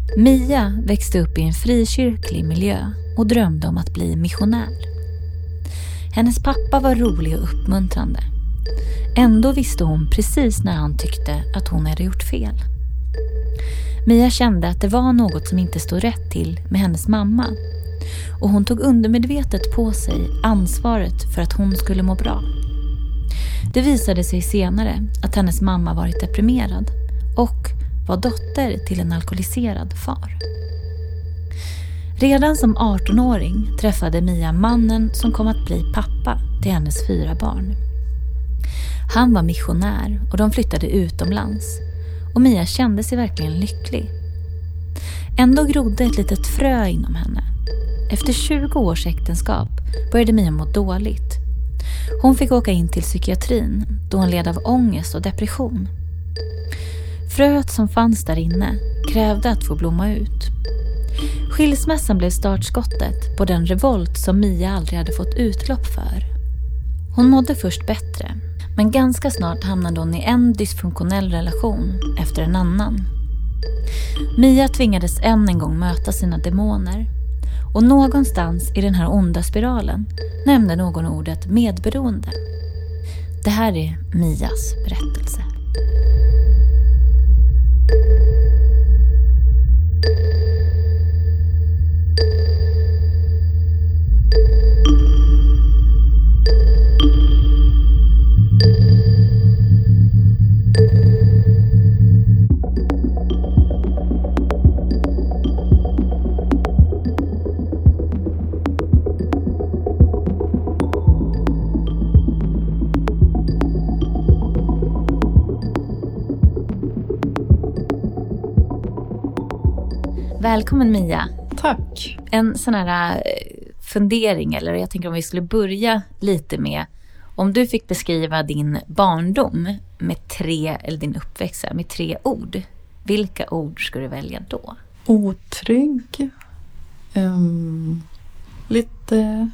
Mia växte upp i en frikyrklig miljö och drömde om att bli missionär. Hennes pappa var rolig och uppmuntrande. Ändå visste hon precis när han tyckte att hon hade gjort fel. Mia kände att det var något som inte stod rätt till med hennes mamma. Och hon tog undermedvetet på sig ansvaret för att hon skulle må bra. Det visade sig senare att hennes mamma varit deprimerad och var dotter till en alkoholiserad far. Redan som 18-åring träffade Mia mannen som kom att bli pappa till hennes 4 barn. Han var missionär och de flyttade utomlands och Mia kände sig verkligen lycklig. Ändå grodde ett litet frö inom henne. Efter 20 års äktenskap började Mia må dåligt. Hon fick åka in till psykiatrin då hon led av ångest och depression. Fröet som fanns där inne krävde att få blomma ut. Skilsmässan blev startskottet på den revolt som Mia aldrig hade fått utlopp för. Hon mådde först bättre, men ganska snart hamnade hon i en dysfunktionell relation efter en annan. Mia tvingades än en gång möta sina demoner. Och någonstans i den här onda spiralen nämnde någon ordet medberoende. Det här är Mias berättelse. Välkommen Mia. Tack. En sån här fundering, eller jag tänker om vi skulle börja lite med, om du fick beskriva din barndom med 3, eller din uppväxt med 3 ord. Vilka ord skulle du välja då? Otrygg. Lite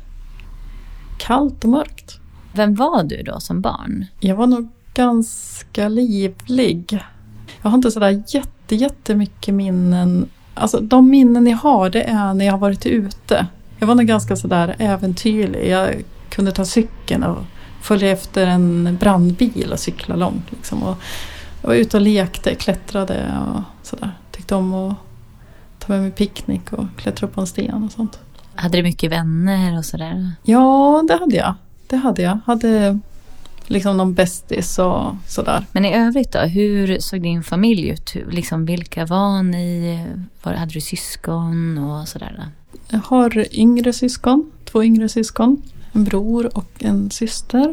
kallt och mörkt. Vem var du då som barn? Jag var nog ganska livlig. Jag har inte sådär jättemycket minnen. Alltså de minnen jag har, det är när jag har varit ute. Jag var nog ganska sådär äventyrlig. Jag kunde ta cykeln och följa efter en brandbil och cykla långt. Liksom. Och jag var ute och lekte, klättrade och sådär. Tyckte om att ta med mig picknick och klättra upp på en sten och sånt. Hade du mycket vänner och sådär? Ja, det hade jag. Hade liksom någon bästis och sådär. Men i övrigt då, hur såg din familj ut? Liksom, vilka var ni? Hade du syskon och sådär då? Jag har yngre syskon, 2 yngre syskon. En bror och en syster.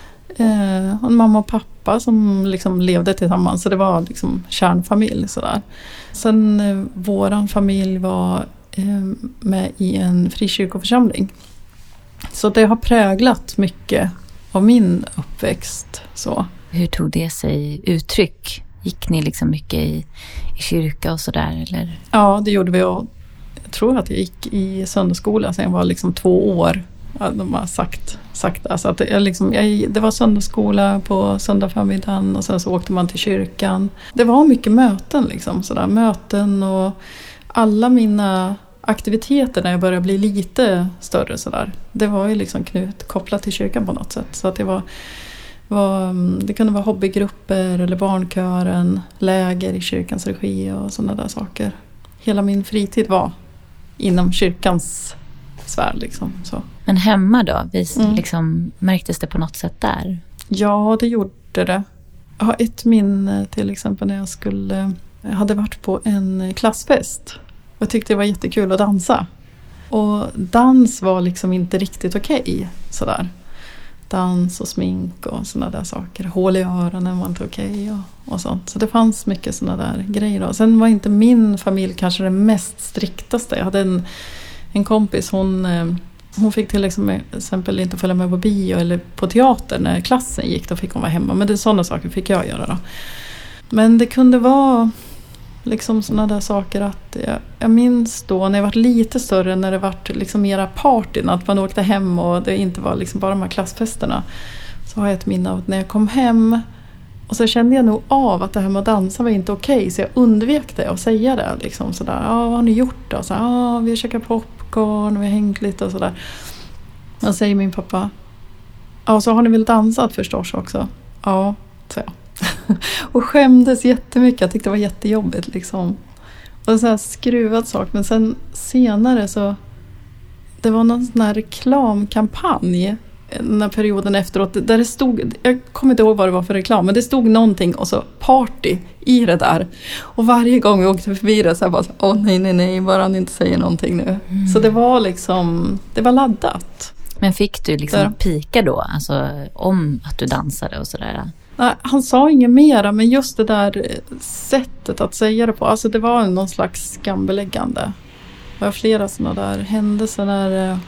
En mamma och pappa som liksom levde tillsammans. Så det var liksom kärnfamilj sådär. Sen våran familj var med i en frikyrkoförsamling. Så det har präglat mycket av min uppväxt. Så. Hur tog det sig uttryck? Gick ni liksom mycket i kyrka och sådär? Eller? Ja, det gjorde vi. Jag tror att jag gick i söndagsskola sen jag var liksom 2 år. Ja, de har sagt det. Så att det var söndagsskola på söndag förmiddagen och sen så åkte man till kyrkan. Det var mycket möten liksom. Sådär. Möten och alla mina aktiviteter när jag började bli lite större sådär. Det var ju liksom kopplat till kyrkan på något sätt. Så att det kunde vara hobbygrupper eller barnkören, läger i kyrkans regi och sådana där saker. Hela min fritid var inom kyrkans sfär liksom. Så. Men hemma då? Liksom, märktes det på något sätt där? Ja, det gjorde det. Jag har ett minne till exempel när jag hade varit på en klassfest. Jag tyckte det var jättekul att dansa. Och dans var liksom inte riktigt okej. Sådär. Dans och smink och sådana där saker. Hål i öronen var inte okej och sånt. Så det fanns mycket sådana där grejer. Och sen var inte min familj kanske det mest striktaste. Jag hade en kompis, hon fick till exempel inte följa med på bio eller på teater när klassen gick. Då fick hon vara hemma. Men det är sådana saker fick jag göra då. Men det kunde vara liksom sådana där saker att jag minns då när jag var lite större, när det var liksom mera partyn, att man åkte hem och det inte var liksom bara de här klassfesterna, så har jag ett minne av att när jag kom hem Och så kände jag nog av att det här med att dansa var inte okej. Så jag undvek det och säga det. Liksom sådär, vad har ni gjort då? Så, vi har käkat popcorn, vi har hängt lite och sådär. Och säger min pappa, så har ni väl dansat förstås också? Ja, så jag. Och skämdes jättemycket. Jag tyckte det var jättejobbigt liksom. Och en sån här skruvad sak. Men sen senare så, det var någon sån här reklamkampanj den här perioden efteråt, där det stod, jag kommer inte ihåg vad det var för reklam, men det stod någonting och så party i det där. Och varje gång vi åkte förbi det så här bara, nej, bara han inte säger någonting nu. Så det var liksom, det var laddat. Men fick du liksom pika då, alltså om att du dansade och sådär? Nej, han sa inget mera, men just det där sättet att säga det på, alltså det var någon slags skambeläggande. Det var flera sådana där händelser när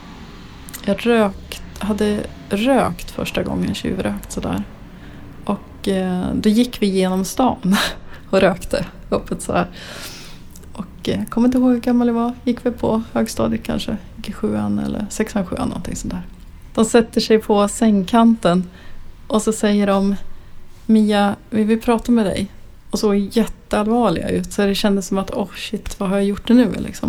jag hade rökt första gången, tjuvrökt sådär. Och då gick vi genom stan och rökte öppet sådär. Och kommer inte ihåg hur gammal jag var. Gick vi på högstadiet kanske. Gick i 7:an eller 6:an, 7:an, någonting sådär. De sätter sig på sängkanten och så säger de, Mia, vi vill prata med dig. Och så jätteallvarliga ut. Så det kändes som att, shit, vad har jag gjort nu liksom.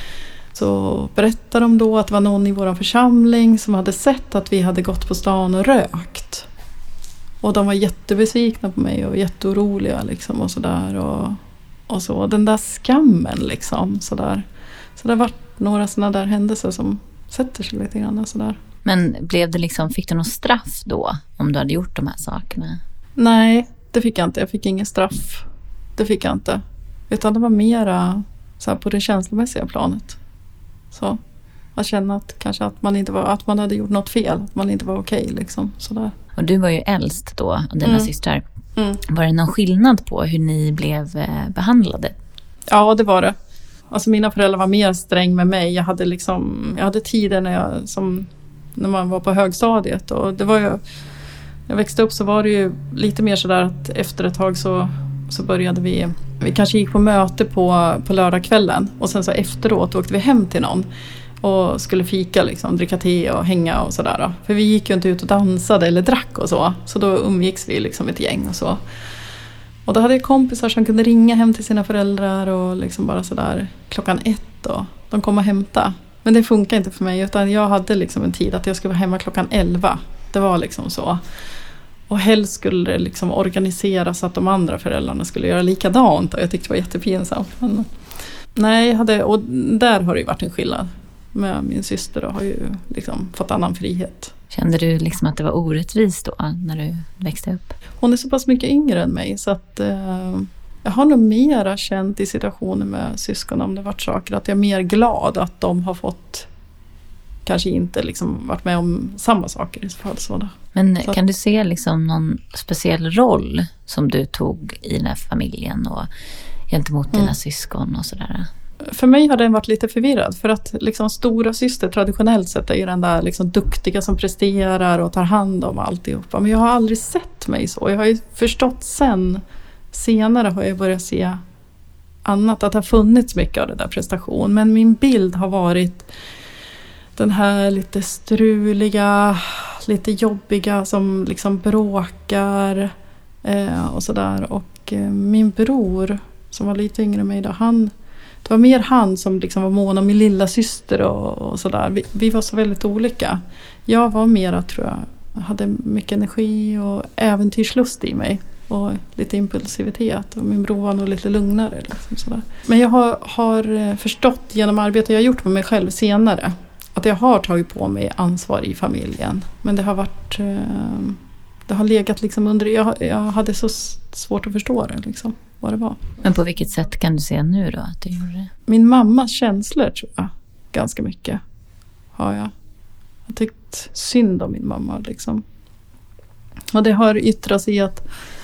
Så berättade de då att det var någon i vår församling som hade sett att vi hade gått på stan och rökt. Och de var jättebesvikna på mig och jätteoroliga liksom och sådär. Och så den där skammen liksom sådär. Så det har varit några sådana där händelser som sätter sig lite grann sådär. Men blev det liksom, fick du någon straff då om du hade gjort de här sakerna? Nej, det fick jag inte. Jag fick ingen straff. Det fick jag inte. Utan det var mera så här på det känslomässiga planet. Så att känna att kanske att man inte var, att man hade gjort något fel, att man inte var okej liksom sådär. Och du var ju äldst då av dina systrar. Var det någon skillnad på hur ni blev behandlade? Ja, det var det. Alltså mina föräldrar var mer sträng med mig. Jag hade tider när man var på högstadiet, och det var ju, när jag växte upp så var det ju lite mer sådär att efter ett tag så började vi kanske gick på möte på lördagskvällen, och sen så efteråt åkte vi hem till någon och skulle fika liksom, dricka te och hänga och sådär. För vi gick ju inte ut och dansade eller drack och så då umgicks vi liksom ett gäng och så. Och då hade jag kompisar som kunde ringa hem till sina föräldrar och liksom bara sådär 1:00 och de kom och hämta. Men det funkar inte för mig, utan jag hade liksom en tid att jag skulle vara hemma 11:00. Det var liksom så. Och helst skulle det liksom organiseras så att de andra föräldrarna skulle göra likadant. Och jag tyckte det var jättepinsamt. Men nej, och där har det ju varit en skillnad. Med min syster har ju liksom fått annan frihet. Kände du liksom att det var orättvist då när du växte upp? Hon är så pass mycket yngre än mig, så att jag har nog mera känt i situationer med syskon, om det varit saker, att jag är mer glad att de har fått kanske inte liksom varit med om samma saker i så fall. Så. Men kan du se liksom någon speciell roll som du tog i den här familjen och gentemot dina syskon och sådär? För mig har den varit lite förvirrad, för att liksom stora syster traditionellt sett är ju den där liksom duktiga som presterar och tar hand om alltihopa. Men jag har aldrig sett mig så. Jag har ju förstått senare har jag börjat se annat, att det har funnits mycket av det där prestation. Men min bild har varit den här lite struliga, lite jobbiga som liksom bråkar och sådär. Och min bror som var lite yngre än mig då, det var mer han som liksom var mån om min lilla syster och sådär. Vi var så väldigt olika. Jag var mera, tror jag, hade mycket energi och äventyrslust i mig. Och lite impulsivitet. Och min bror var nog lite lugnare. Liksom sådär. Men jag har förstått genom arbete jag gjort med mig själv senare att jag har tagit på mig ansvar i familjen. Men det har varit... Det har legat liksom under... Jag hade så svårt att förstå det liksom. Vad det var. Men på vilket sätt kan du se nu då att du gjorde det? Min mammas känslor, tror jag, ganska mycket har jag. Jag har tyckt synd om min mamma liksom. Och det har yttrat sig i att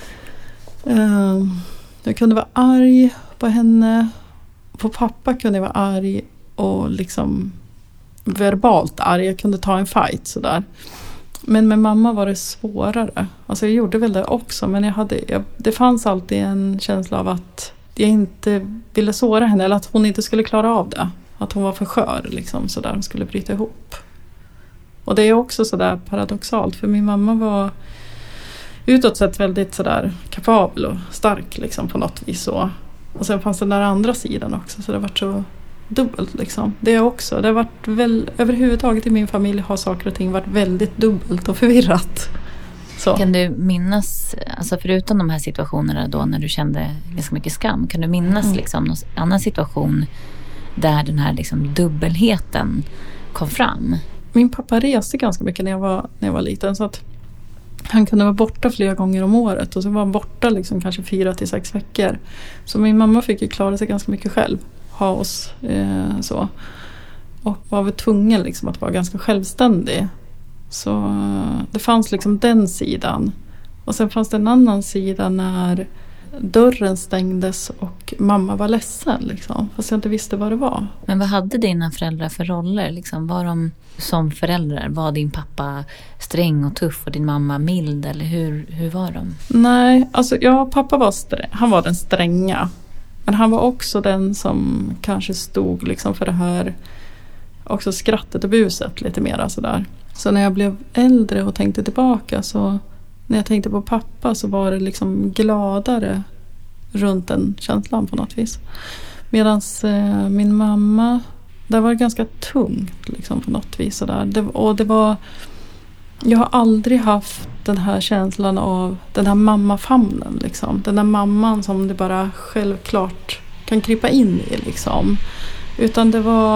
jag kunde vara arg på henne. På pappa kunde jag vara arg och liksom verbalt arg. Jag kunde ta en fight sådär. Men med mamma var det svårare. Alltså jag gjorde väl det också. Men det fanns alltid en känsla av att jag inte ville såra henne. Eller att hon inte skulle klara av det. Att hon var för skör liksom, sådär. Hon skulle bryta ihop. Och det är också sådär paradoxalt. För min mamma var... utåt sett väldigt sådär kapabel och stark liksom på något vis så. Och sen fanns den där andra sidan också, så det var så dubbelt liksom. Det också. Det har varit väl, överhuvudtaget i min familj har saker och ting varit väldigt dubbelt och förvirrat. Så. Kan du minnas, alltså förutom de här situationerna då när du kände ganska mycket skam, kan du minnas liksom någon annan situation där den här liksom dubbelheten kom fram? Min pappa reste ganska mycket när jag var liten, så att han kunde vara borta flera gånger om året och så var han borta liksom kanske 4 till 6 veckor. Så min mamma fick ju klara sig ganska mycket själv, ha oss så. Och var väl tvungen liksom att vara ganska självständig. Så det fanns liksom den sidan. Och sen fanns det en annan sida när dörren stängdes och mamma var ledsen liksom, fast jag inte visste vad det var. Men vad hade dina föräldrar för roller? Liksom? Var de som föräldrar? Var din pappa sträng och tuff och din mamma mild? Eller hur var de? Nej, alltså pappa var han var den stränga. Men han var också den som kanske stod liksom för det här också skrattet och buset lite mer sådär. Så när jag blev äldre och tänkte tillbaka, så när jag tänkte på pappa så var det liksom gladare runt den känslan på något vis. Medan min mamma, där var det ganska tungt liksom på något vis sådär. Jag har aldrig haft den här känslan av den här mammafamnen liksom. Den där mamman som det bara självklart kan krypa in i liksom. Utan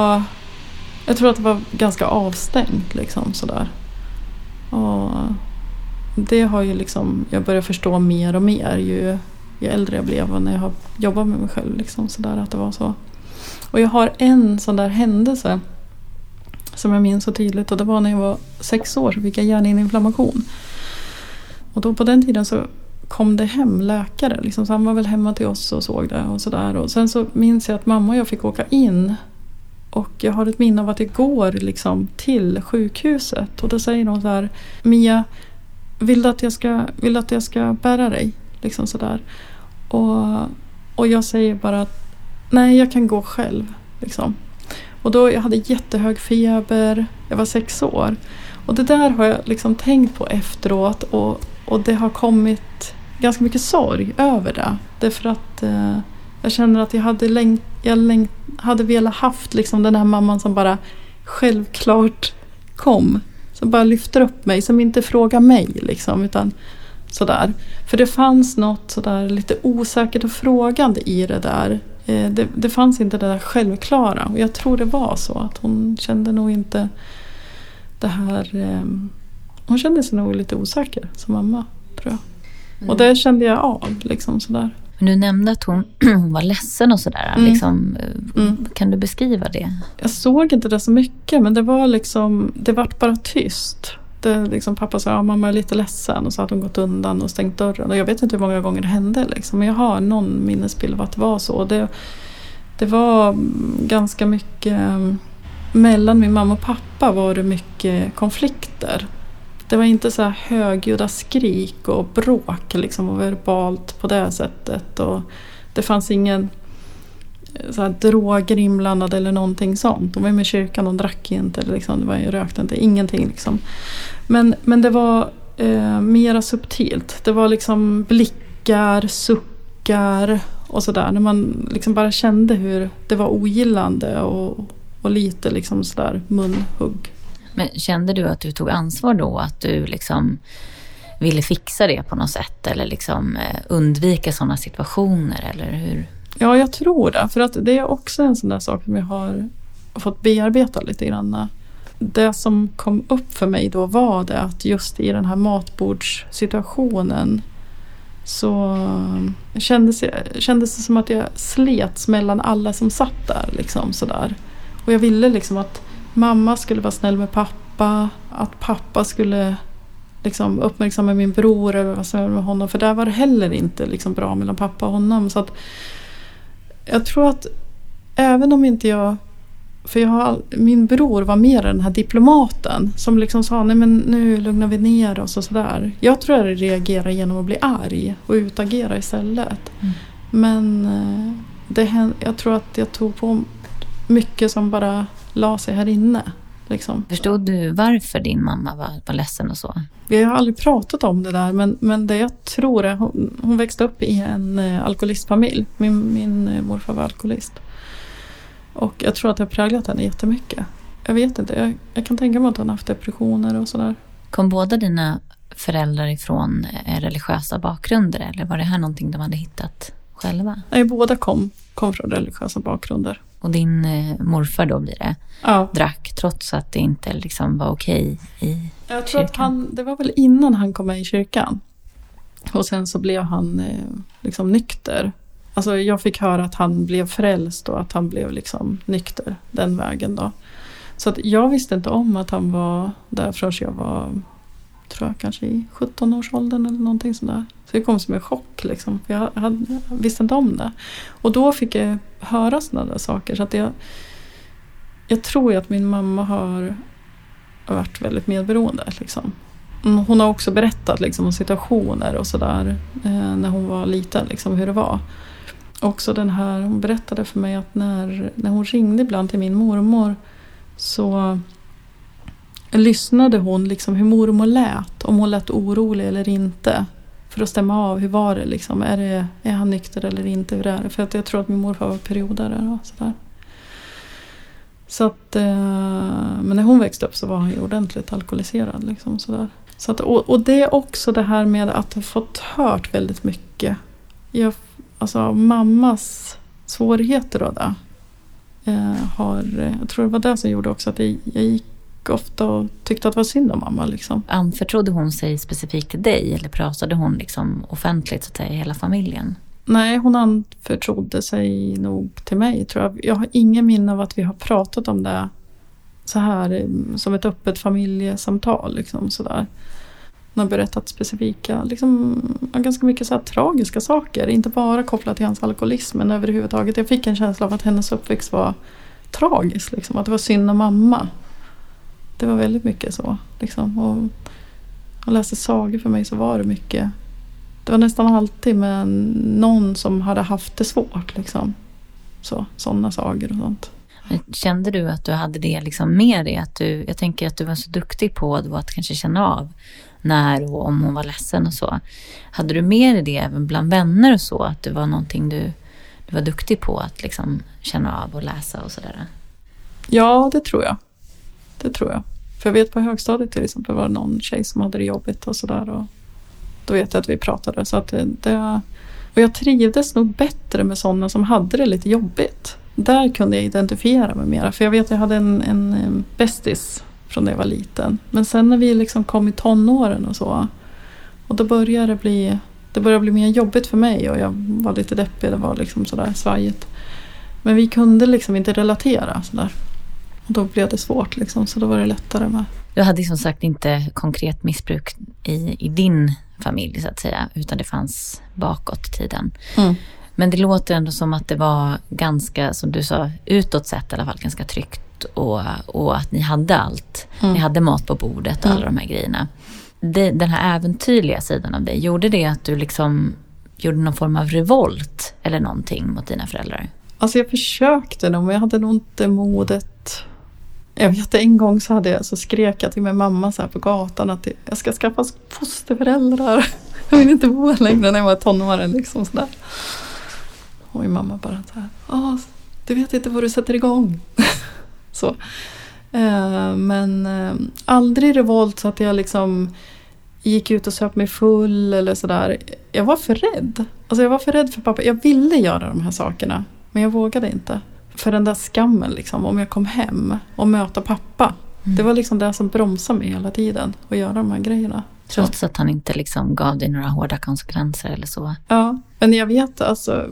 jag tror att det var ganska avstängt liksom sådär. Och det har ju liksom, jag börjar förstå mer och mer ju äldre jag blev och när jag har jobbat med mig själv liksom sådär, att det var så. Och jag har en sån där händelse som jag minns så tydligt, och det var när jag var 6 år så fick jag hjärninflammation. Och då på den tiden så kom det hem läkare liksom, så han var väl hemma till oss och såg det och sådär. Och sen så minns jag att mamma och jag fick åka in, och jag har ett minne av att jag går liksom till sjukhuset och då säger de så här: Mia, vill du att jag ska bära dig? Liksom sådär. Och jag säger bara att nej, jag kan gå själv. Liksom. Och då jag hade jättehög feber. Jag var 6 år. Och det där har jag liksom tänkt på efteråt. Och det har kommit ganska mycket sorg över det. Därför att jag känner att jag hade velat haft liksom den här mamman som bara självklart kom. Som bara lyfter upp mig, som inte frågar mig liksom, utan sådär. För det fanns något sådär lite osäkert och frågande i det där. Det fanns inte det där självklara. Och jag tror det var så att hon kände nog inte det här. Hon kände sig nog lite osäker som mamma, tror jag. Och det kände jag av liksom sådär. Men du nämnde att hon var ledsen och sådär. Liksom, kan du beskriva det? Jag såg inte det så mycket, men det var liksom, det var bara tyst. Det liksom, pappa sa, mamma är lite ledsen, och så att hon gått undan och stängt dörren. Och jag vet inte hur många gånger det hände liksom. Men jag har någon minnesbild av att det var så. Det var ganska mycket, mellan min mamma och pappa var det mycket konflikter. Det var inte så här högljudda skrik och bråk liksom, och verbalt på det sättet. Och det fanns ingen så här droger inblandade eller någonting sånt. De var med i kyrkan, de drack inte eller liksom, det var rökte inte, ingenting liksom. Men det var mera subtilt. Det var liksom blickar, suckar och sådär. När man liksom bara kände hur det var ogillande och lite liksom sådär munhugg. Men kände du att du tog ansvar då? Att du liksom ville fixa det på något sätt? Eller liksom undvika sådana situationer? Eller hur? Ja, jag tror det. För att det är också en sån där sak som jag har fått bearbeta lite grann. Det som kom upp för mig då var det att just i den här matbordssituationen så kändes det som att jag slets mellan alla som satt där. Liksom, sådär. Och jag ville liksom att mamma skulle vara snäll med pappa. Att pappa skulle liksom uppmärksamma min bror eller vara snäll med honom. För där var det heller inte liksom bra mellan pappa och honom. Så att jag tror att även om inte jag... För min bror var mer den här diplomaten som liksom sa, nej men nu lugnar vi ner oss och sådär. Jag tror att jag reagerar genom att bli arg och utagera istället. Men jag tror att jag tog på mycket som bara la sig här inne. Liksom. Förstod du varför din mamma var ledsen och så? Vi har aldrig pratat om det där, men det jag tror är hon växte upp i en alkoholistfamilj. Min morfar var alkoholist. Och jag tror att det har präglat henne jättemycket. Jag vet inte, jag kan tänka mig att hon har haft depressioner och sådär. Kom båda dina föräldrar ifrån religiösa bakgrunder, eller var det här någonting de hade hittat själva? Nej, båda kom från religiösa bakgrunder. Och din morfar då blir det? Ja. Drack trots att det inte liksom var okej i jag tror kyrkan? att det var väl innan han kom med i kyrkan. Och sen så blev han liksom nykter. Alltså jag fick höra att han blev frälst och att han blev liksom nykter den vägen då. Så att jag visste inte om att han var där förrän jag var, tror jag, kanske i 17-årsåldern eller någonting sådär. Så det kom som en chock liksom. För jag visste inte om det. Och då fick jag höra sådana där saker. Så att jag tror ju att min mamma har varit väldigt medberoende liksom. Hon har också berättat liksom om situationer och sådär när hon var liten, liksom hur det var. Också hon berättade för mig att när hon ringde ibland till min mormor så lyssnade hon liksom hur mormor lät, om hon lät orolig eller inte, för att stämma av hur var det liksom, är han nykter eller inte, hur är det? För att jag tror att min morfar var periodare och sådär. Så att, men när hon växte upp så var han ju ordentligt alkoholiserad liksom sådär. Så att, och det är också det här med att ha fått hört väldigt mycket. Alltså mammas svårigheter då där. Jag tror det var det som gjorde också att jag gick ofta och tyckte att det var synd om mamma liksom. Anförtrodde hon sig specifikt till dig, eller pratade hon liksom offentligt så att säga i hela familjen? Nej, hon anförtrodde sig nog till mig, tror jag. Jag har ingen minne av att vi har pratat om det så här som ett öppet familjesamtal liksom sådär. Hon har berättat specifika, liksom ganska mycket så här tragiska saker, inte bara kopplat till hans alkoholism, men överhuvudtaget. Jag fick en känsla av att hennes uppväxt var tragisk liksom, att det var synd om mamma. Det var väldigt mycket så liksom. Och jag läste sagor för mig, så var det mycket. Det var nästan alltid med någon som hade haft det svårt liksom. Sådana sagor och sånt. Men kände du att du hade det liksom med dig? Jag tänker att du var så duktig på då att kanske känna av när och om hon var ledsen och så. Hade du med dig det även bland vänner och så? Att det var någonting du var duktig på att liksom känna av och läsa och sådär? Ja, det tror jag. För jag vet på högstadiet till exempel var det någon tjej som hade det jobbigt och sådär. Och då vet jag att vi pratade. Så att och jag trivdes nog bättre med sådana som hade det lite jobbigt. Där kunde jag identifiera mig mera. För jag vet att jag hade en bästis från när jag var liten. Men sen när vi liksom kom i tonåren och så. Och då började det bli mer jobbigt för mig. Och jag var lite deppig. Det var liksom sådär svajigt. Men vi kunde liksom inte relatera sådär. Och då blev det svårt liksom. Så då var det lättare med. Du hade som sagt inte konkret missbruk i din familj så att säga. Utan det fanns bakåt i tiden. Mm. Men det låter ändå som att det var ganska, som du sa, utåt sett i alla fall ganska tryggt. Och att ni hade allt. Mm. Ni hade mat på bordet och alla de här grejerna. Den här äventyrliga sidan av dig, gjorde det att du liksom gjorde någon form av revolt eller någonting mot dina föräldrar? Alltså jag försökte nog, men jag hade nog inte modet. Jag vet en gång så skrek jag till min mamma så här på gatan att jag ska skaffa fosterföräldrar. Jag vill inte bo längre när jag var tonåren liksom sådär. Och min mamma bara så här, du vet inte vad du sätter igång. Så. Men aldrig revolt så att jag liksom gick ut och söp mig full eller sådär. Jag var för rädd. Alltså jag var för rädd för pappa. Jag ville göra de här sakerna, men jag vågade inte. För den där skammen liksom, om jag kom hem och möta pappa. Mm. Det var liksom det som bromsade mig hela tiden att göra de här grejerna. Trots att han inte liksom gav dig några hårda konsekvenser eller så. Ja, men jag vet alltså,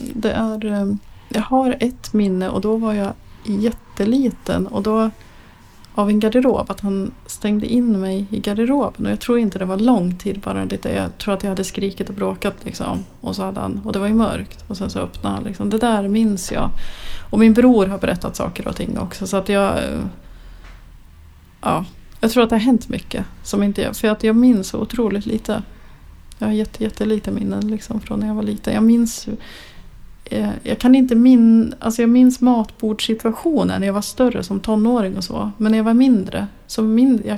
jag har ett minne och då var jag jätteliten och då av en garderob, att han stängde in mig i garderoben och jag tror inte det var lång tid bara lite. Jag tror att jag hade skrikit och bråkat liksom, och så hade han, och det var ju mörkt och sen så öppnade han liksom. Det där minns jag. Och min bror har berättat saker och ting också, så att jag tror att det har hänt mycket som inte jag, för att jag minns så otroligt lite. Jag har jättelite minnen liksom från när jag var liten. Jag minns jag kan inte jag minns matbordssituationen när jag var större som tonåring och så. Men när jag var mindre, jag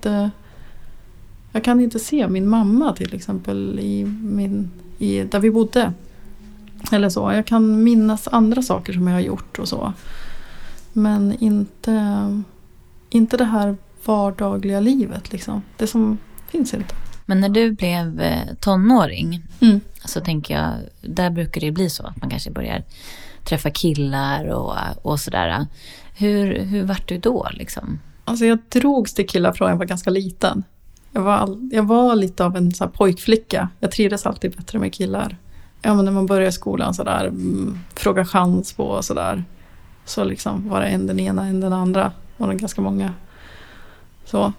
kan inte se min mamma till exempel där vi bodde. Eller så. Jag kan minnas andra saker som jag har gjort och så. Men inte det här vardagliga livet liksom. Det som finns inte. Men när du blev tonåring så tänker jag, där brukar det bli så att man kanske börjar träffa killar och sådär. Hur var du då liksom? Alltså jag drogs till killar från jag var ganska liten. Jag var lite av en så här pojkflicka. Jag trivdes alltid bättre med killar. Ja, men när man börjar i skolan sådär, fråga chans på och sådär. Så liksom var det en den ena, en den andra. Och det ganska många. Så.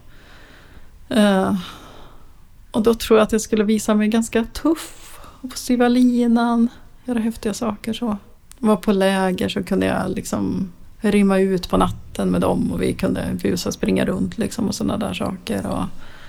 Och då tror jag att jag skulle visa mig ganska tuff. Och på styva linan. Göra häftiga saker så. Var på läger så kunde jag liksom rymma ut på natten med dem. Och vi kunde busa och springa runt liksom och sådana där saker. Och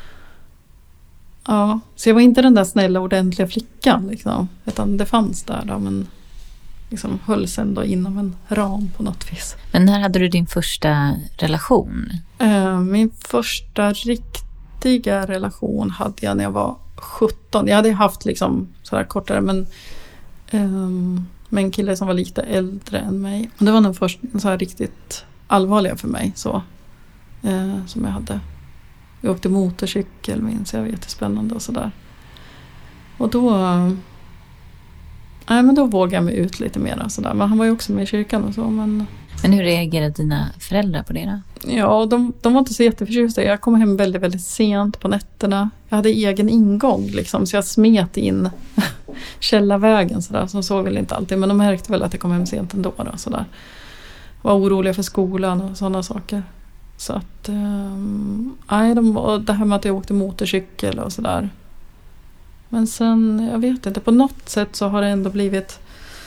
ja, så jag var inte den där snälla ordentliga flickan liksom. Utan det fanns där då, men liksom hölls ändå inom en ram på något vis. Men när hade du din första relation? Min första riktiga relation hade jag när jag var 17. Jag hade haft liksom sådär kortare, men med en kille som var lite äldre än mig. Och det var nog först så här riktigt allvarliga för mig så, som jag hade. Jag åkte motorcykel, minns jag, var jättespännande och sådär. Och då vågade jag mig ut lite mer och sådär. Men han var ju också med i kyrkan och så. Men hur reagerade dina föräldrar på det då? Ja, de var inte så jätteförtjusta. Jag kom hem väldigt, väldigt sent på nätterna. Jag hade egen ingång liksom, så jag smet in källarvägen sådär. Så såg väl inte alltid, men de märkte väl att jag kom hem sent ändå då, sådär. Var oroliga för skolan och sådana saker. Så att det här med att jag åkte motorcykel och sådär. Men sen, jag vet inte, på något sätt så har det ändå blivit,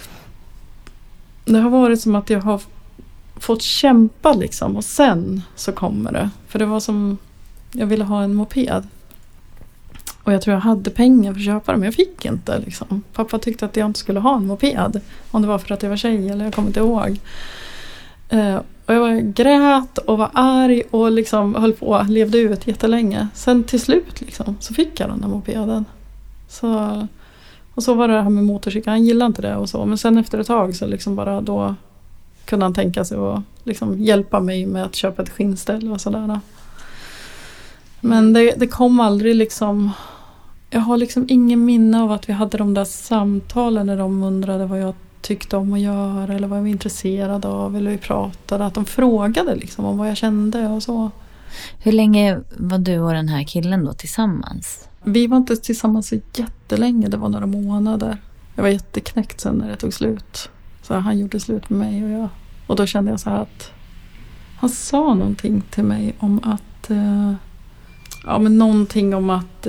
det har varit som att jag har fått kämpa liksom, och sen så kommer det. För det var som, jag ville ha en moped. Och jag tror jag hade pengar för att köpa det, men jag fick inte liksom. Pappa tyckte att jag inte skulle ha en moped. Om det var för att jag var tjej eller jag kommer inte ihåg. Och jag grät och var arg och liksom höll på, levde ut jättelänge. Sen till slut liksom, så fick jag den där mopeden. Och så var det här med motorcykeln, han gillade inte det och så. Men sen efter ett tag så liksom bara då kunde han tänka sig att liksom hjälpa mig med att köpa ett skinnställ och sådär. Men det kom aldrig liksom, jag har liksom ingen minne av att vi hade de där samtalen när de undrade vad jag tyckte om att göra eller vad jag var intresserad av eller vi pratade, att de frågade liksom om vad jag kände och så. Hur länge var du och den här killen då tillsammans? Vi var inte tillsammans så jättelänge, det var några månader. Jag var jätteknäckt sen när det tog slut. Så han gjorde slut med mig och jag. Och då kände jag så här att han sa någonting till mig om att någonting om att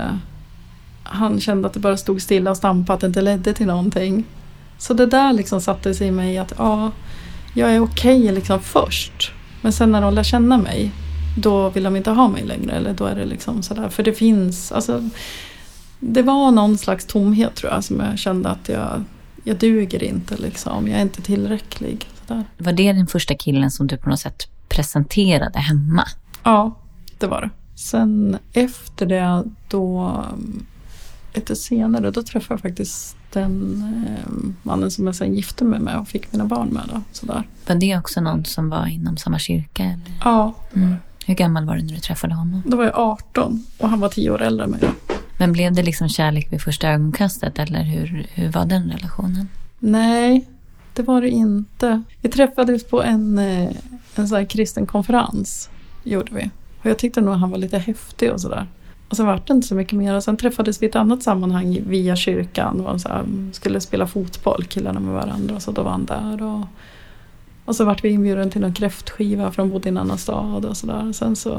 han kände att det bara stod stilla och stampade, att det inte ledde till någonting. Så det där liksom satte sig i mig att jag är okej liksom först. Men sen när de lär känna mig, då vill de inte ha mig längre. Eller då är det liksom sådär. För det finns, alltså, det var någon slags tomhet tror jag som jag kände att jag duger inte liksom. Jag är inte tillräcklig. Sådär. Var det den första killen som du på något sätt presenterade hemma? Ja, det var det. Sen efter det då, lite senare, då träffade jag faktiskt den mannen som jag sen gifte mig med och fick mina barn med då, sådär. Var det också någon som var inom samma kyrka? Eller? Ja. Mm. Hur gammal var du när du träffade honom? Då var jag 18 och han var 10 år äldre än mig. Men blev det liksom kärlek vid första ögonkastet eller hur var den relationen? Nej, det var det inte. Vi träffades på en sån här kristen konferens, gjorde vi. Och jag tyckte nog att han var lite häftig och sådär. Och sen var det inte så mycket mer. Och sen träffades vi i ett annat sammanhang via kyrkan. Och så här, skulle spela fotboll, killarna med varandra. Så då var han där. Och så vart vi inbjuden till en kräftskiva för de bodde i en annan stad och sådär.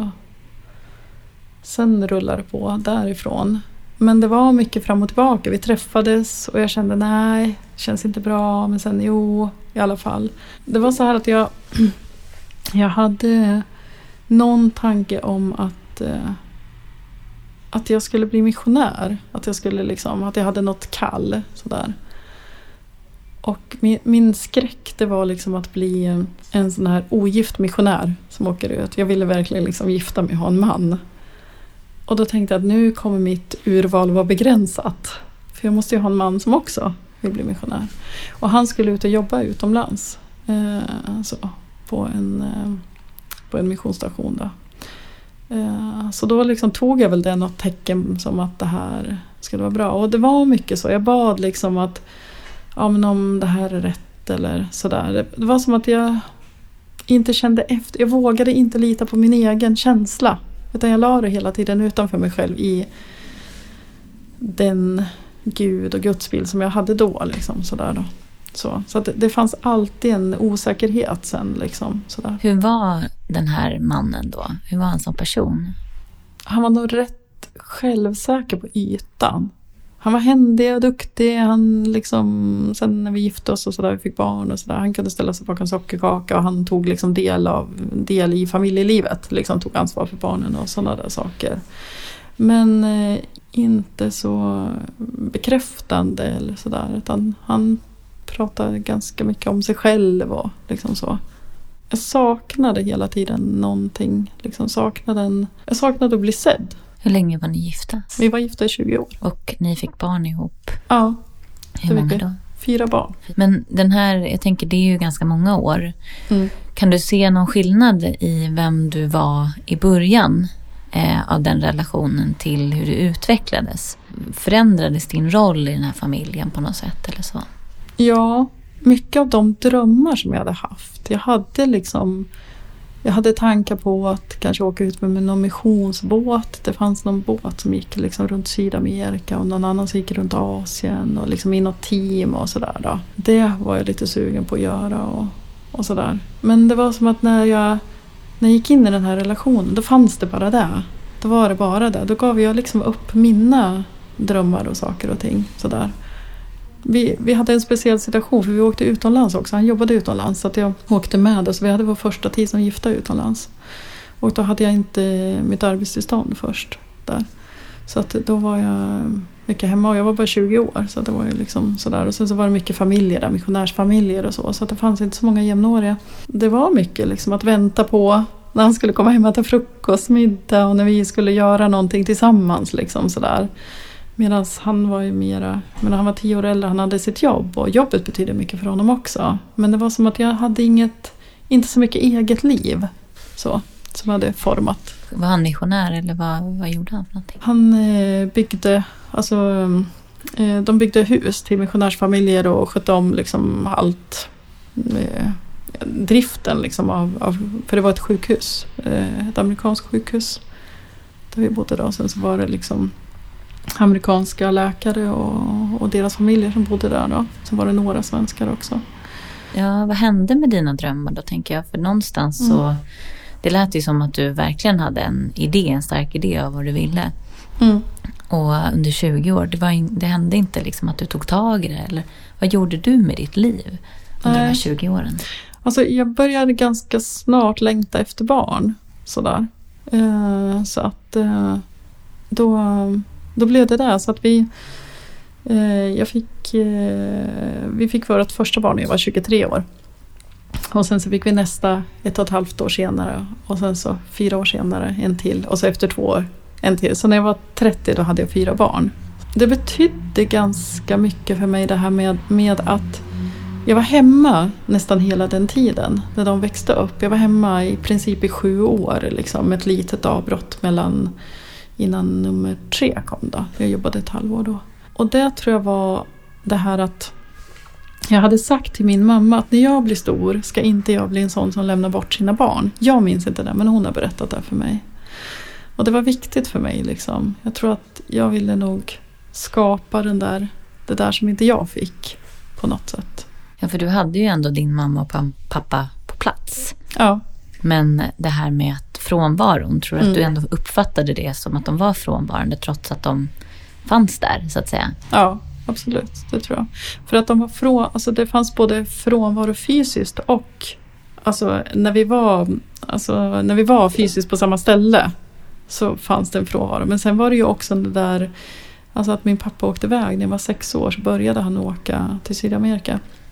Sen rullade det på därifrån. Men det var mycket fram och tillbaka. Vi träffades och jag kände nej, det känns inte bra. Men sen i alla fall. Det var så här att jag hade någon tanke om att jag skulle bli missionär. Att jag skulle liksom, att jag hade något kall sådär. Och min skräck, det var liksom att bli en sån här ogift missionär som åker ut. Jag ville verkligen liksom gifta mig och ha en man. Och då tänkte jag att nu kommer mitt urval vara begränsat. För jag måste ju ha en man som också vill bli missionär. Och han skulle ut och jobba utomlands. På en missionsstation då. Så då liksom tog jag väl det något tecken som att det här skulle vara bra. Och det var mycket så. Jag bad liksom att men om det här är rätt eller sådär. Det var som att jag inte kände efter. Jag vågade inte lita på min egen känsla. Utan jag la det hela tiden utanför mig själv i den Gud och gudsbild som jag hade då. Liksom, sådär då. Så att det fanns alltid en osäkerhet sen. Liksom, sådär. Hur var den här mannen då? Hur var han som person? Han var nog rätt självsäker på ytan. Han var händig och duktig. Han liksom, sen när vi gifte oss och sådär, vi fick barn och sådär. Han kunde ställa sig bakom sockerkaka och han tog liksom del i familjelivet. Liksom tog ansvar för barnen och sådana där saker. Men inte så bekräftande eller sådär. Utan han pratade ganska mycket om sig själv och liksom så. Jag saknade hela tiden någonting. Liksom jag saknade att bli sedd. Hur länge var ni gifta? Vi var gifta i 20 år. Och ni fick barn ihop? Ja. Hur många då? 4 barn. Men den här, jag tänker det är ju ganska många år. Mm. Kan du se någon skillnad i vem du var i början av den relationen till hur du utvecklades? Förändrades din roll i den här familjen på något sätt eller så? Ja, mycket av de drömmar som jag hade haft. Jag hade tankar på att kanske åka ut med någon missionsbåt. Det fanns någon båt som gick liksom runt Sydamerika och någon annan som gick runt Asien och liksom i något team och sådär då. Det var jag lite sugen på att göra och sådär. Men det var som att när jag gick in i den här relationen, då fanns det bara det. Då var det bara det. Då gav jag liksom upp mina drömmar och saker och ting sådär. Vi hade en speciell situation för vi åkte utomlands också. Han jobbade utomlands så att jag åkte med. Så vi hade vår första tid som gifta utomlands. Och då hade jag inte mitt arbetstillstånd först där. Så att då var jag mycket hemma och jag var bara 20 år. Så det var ju liksom sådär. Och sen så var det mycket familjer där, missionärsfamiljer och så. Så att det fanns inte så många jämnåriga. Det var mycket liksom att vänta på när han skulle komma hem och ta frukostmiddag och när vi skulle göra någonting tillsammans liksom sådär. Medan han var ju mera, men han var 10 år äldre, han hade sitt jobb och jobbet betydde mycket för honom också. Men det var som att jag hade inte så mycket eget liv så, som hade format. Var han missionär eller vad gjorde han för någonting? Han de byggde hus till missionärsfamiljer och skötte om liksom allt, driften liksom för det var ett sjukhus, ett amerikanskt sjukhus där vi bodde då. Sen så var det liksom amerikanska läkare och deras familjer som bodde där då. Sen var det några svenskar också. Ja, vad hände med dina drömmar då tänker jag? För någonstans så, det lät ju som att du verkligen hade en stark idé av vad du ville. Mm. Och under 20 år, det hände inte liksom att du tog tag i det? Eller vad gjorde du med ditt liv under de här 20 åren? Alltså jag började ganska snart längta efter barn. Sådär. Så att då blev det där så att vi fick vårt första barn när jag var 23 år. Och sen så fick vi nästa 1,5 år senare. Och sen så 4 år senare en till. Och så efter 2 år en till. Så när jag var 30 då hade jag 4 barn. Det betydde ganska mycket för mig det här med att jag var hemma nästan hela den tiden när de växte upp. Jag var hemma i princip i 7 år liksom, med ett litet avbrott innan nummer 3 kom då. Jag jobbade ett halvår då. Och det tror jag var det här att jag hade sagt till min mamma att när jag blir stor ska inte jag bli en sån som lämnar bort sina barn. Jag minns inte det, men hon har berättat det för mig. Och det var viktigt för mig liksom. Jag tror att jag ville nog skapa det där som inte jag fick på något sätt. Ja, för du hade ju ändå din mamma och pappa på plats. Ja. Men det här med frånvaron, tror du att du ändå uppfattade det som att de var frånvarande trots att de fanns där, så att säga? Ja, absolut, det tror jag. För att de var alltså det fanns både frånvaro fysiskt och alltså när vi var fysiskt på samma ställe så fanns det en frånvaro. Men sen var det ju också det där, alltså att min pappa åkte iväg när jag var 6 år, så började han åka till Sydamerika.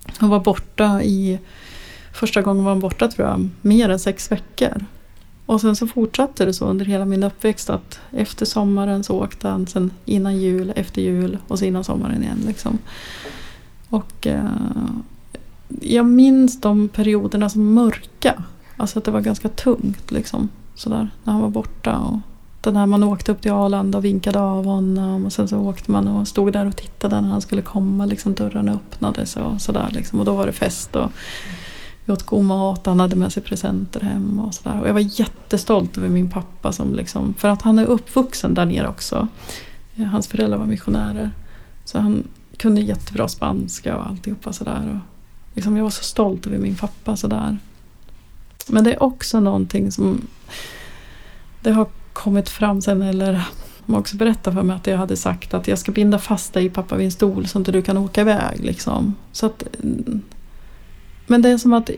Hon var borta första gången var hon borta tror jag mer än 6 veckor. Och sen så fortsatte det så under hela min uppväxt att efter sommaren så åkte han, sen innan jul, efter jul och så innan sommaren igen liksom. Och jag minns de perioderna som mörka. Alltså att det var ganska tungt liksom sådär när han var borta. Och den här man åkte upp till Arlanda och vinkade av honom och sen så åkte man och stod där och tittade när han skulle komma liksom, dörrarna öppnades och sådär liksom. Och då var det fest och vi åt god mat, han hade med sig presenter hem och sådär. Och jag var jättestolt över min pappa som liksom, för att han är uppvuxen där nere också. Hans föräldrar var missionärer. Så han kunde jättebra spanska och alltihopa sådär. Och liksom jag var så stolt över min pappa sådär. Men det är också någonting som det har kommit fram sen, eller man också berättade för mig att jag hade sagt att jag ska binda fast dig pappa vid en stol så att du kan åka iväg liksom. Så att, men det är som att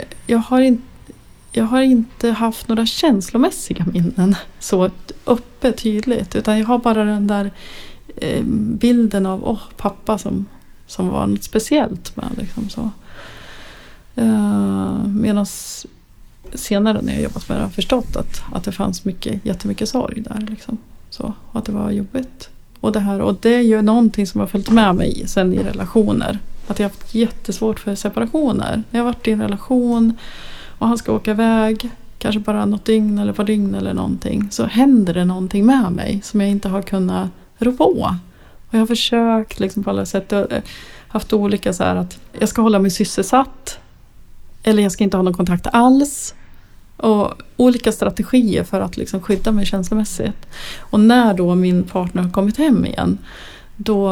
jag har inte haft några känslomässiga minnen så öppet tydligt, utan jag har bara den där bilden av pappa som var något speciellt med liksom så. Medan senare när jag jobbat med det har jag förstått att det fanns jättemycket sorg där liksom. Så, och att det var jobbigt. Och det är ju någonting som har följt med mig sen i relationer. Att jag har haft jättesvårt för separationer. När jag har varit i en relation och han ska åka iväg, kanske bara något dygn eller ett par dygn eller någonting, så händer det någonting med mig som jag inte har kunnat rå på. Och jag har försökt liksom på alla sätt, haft olika så här att jag ska hålla mig sysselsatt eller jag ska inte ha någon kontakt alls. Och olika strategier för att liksom skydda mig känslomässigt. Och när då min partner har kommit hem igen, då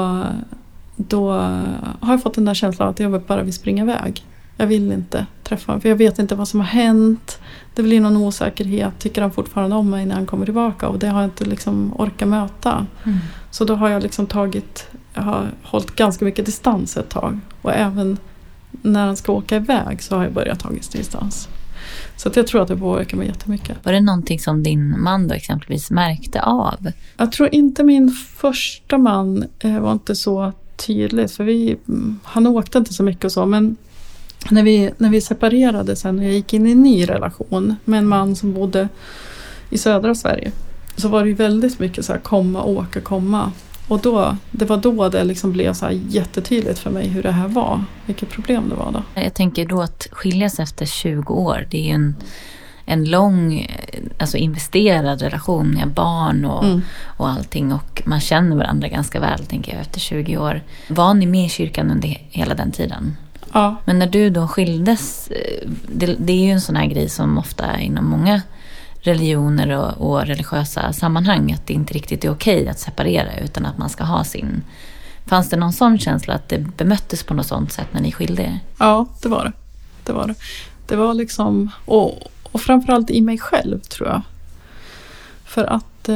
har jag fått den där känslan att jag bara vill springa iväg. Jag vill inte träffa honom, för jag vet inte vad som har hänt. Det blir någon osäkerhet. Tycker han fortfarande om mig när han kommer tillbaka? Och det har jag inte liksom orkat möta. Så då har jag liksom jag har hållit ganska mycket distans ett tag. Och även när han ska åka iväg så har jag börjat ta distans. Så att jag tror att det påverkar mig jättemycket. Var det någonting som din man då exempelvis märkte av? Jag tror inte min första man var inte så tydligt. För han åkte inte så mycket och så. Men när vi separerade sen, när jag gick in i en ny relation med en man som bodde i södra Sverige, så var det ju väldigt mycket så här komma, åka, komma. Och det var då det liksom blev så här jättetydligt för mig hur det här var. Vilket problem det var då. Jag tänker då att skiljas efter 20 år, det är ju en lång, alltså investerad relation med barn och allting. Och man känner varandra ganska väl, tänker jag, efter 20 år. Var ni med i kyrkan under hela den tiden? Ja. Men när du då skildes, det är ju en sån här grej som ofta är inom många religioner och religiösa sammanhang, att det inte riktigt är okej att separera utan att man ska ha sin. Fanns det någon sån känsla att det bemöttes på något sånt sätt när ni skilde er? Ja, det var det. Det var liksom, och framförallt i mig själv tror jag. För att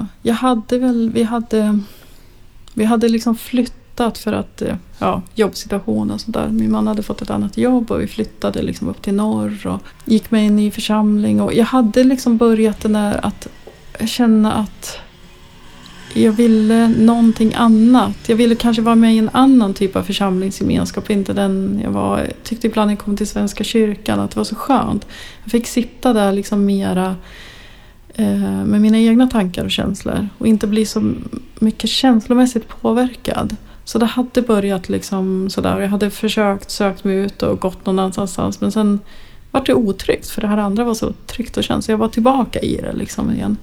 vi hade liksom flyttat för att jobbsituation och sådär. Min man hade fått ett annat jobb och vi flyttade liksom upp till norr och gick med i en ny församling. Och jag hade liksom börjat den där att känna att jag ville någonting annat. Jag ville kanske vara med i en annan typ av församlingsgemenskap. Inte den jag var. Jag tyckte ibland när jag kom till Svenska kyrkan att det var så skönt. Jag fick sitta där liksom mera med mina egna tankar och känslor. Och inte bli så mycket känslomässigt påverkad. Så det hade börjat liksom sådär. Jag hade sökt mig ut och gått någon annanstans. Men sen var det otryggt. För det här andra var så tryggt och känt. Så jag var tillbaka i det liksom igen.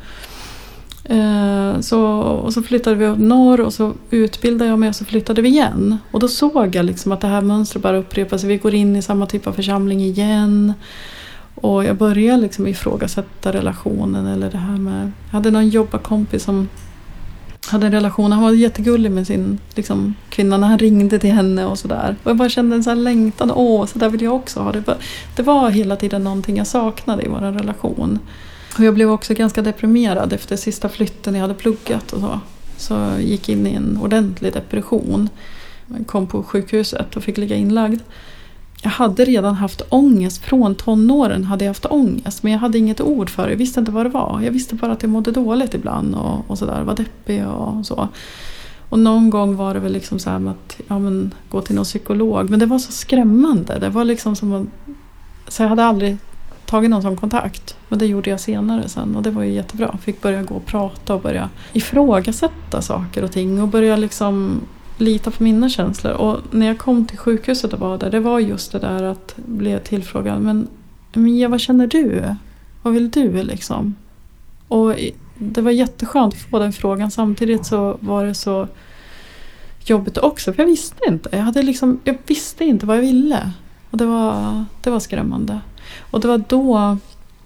Så flyttade vi upp norr och så utbildade jag mig och så flyttade vi igen. Och då såg jag liksom att det här mönstret bara upprepar sig. Vi går in i samma typ av församling igen. Och jag började liksom ifrågasätta relationen eller det här med. Jag hade någon jobbarkompis som hade en relation. Han var jättegullig med sin liksom, kvinna när han ringde till henne och sådär. Och jag bara kände en sån här längtan. Så där vill jag också ha det. Det var hela tiden någonting jag saknade i vår relation. Och jag blev också ganska deprimerad efter sista flytten jag hade pluggat och så. Så jag gick in i en ordentlig depression. Jag kom på sjukhuset och fick ligga inlagd. Jag hade redan haft ångest. Från tonåren hade jag haft ångest. Men jag hade inget ord för det. Jag visste inte vad det var. Jag visste bara att jag mådde dåligt ibland och sådär. Var deppig och så. Och någon gång var det väl liksom så här med att gå till någon psykolog. Men det var så skrämmande. Det var liksom som att, så jag hade aldrig tagit någon sån kontakt. Men det gjorde jag senare sen. Och det var ju jättebra. Jag fick börja gå och prata och börja ifrågasätta saker och ting. Och börja liksom lita på mina känslor. Och när jag kom till sjukhuset och var där, det var just det där att bli tillfrågad. Men Mia, vad känner du? Vad vill du liksom? Och det var jätteskönt att få den frågan. Samtidigt så var det så jobbigt också. För jag visste inte. Jag visste inte vad jag ville. Och det var skrämmande. Och det var då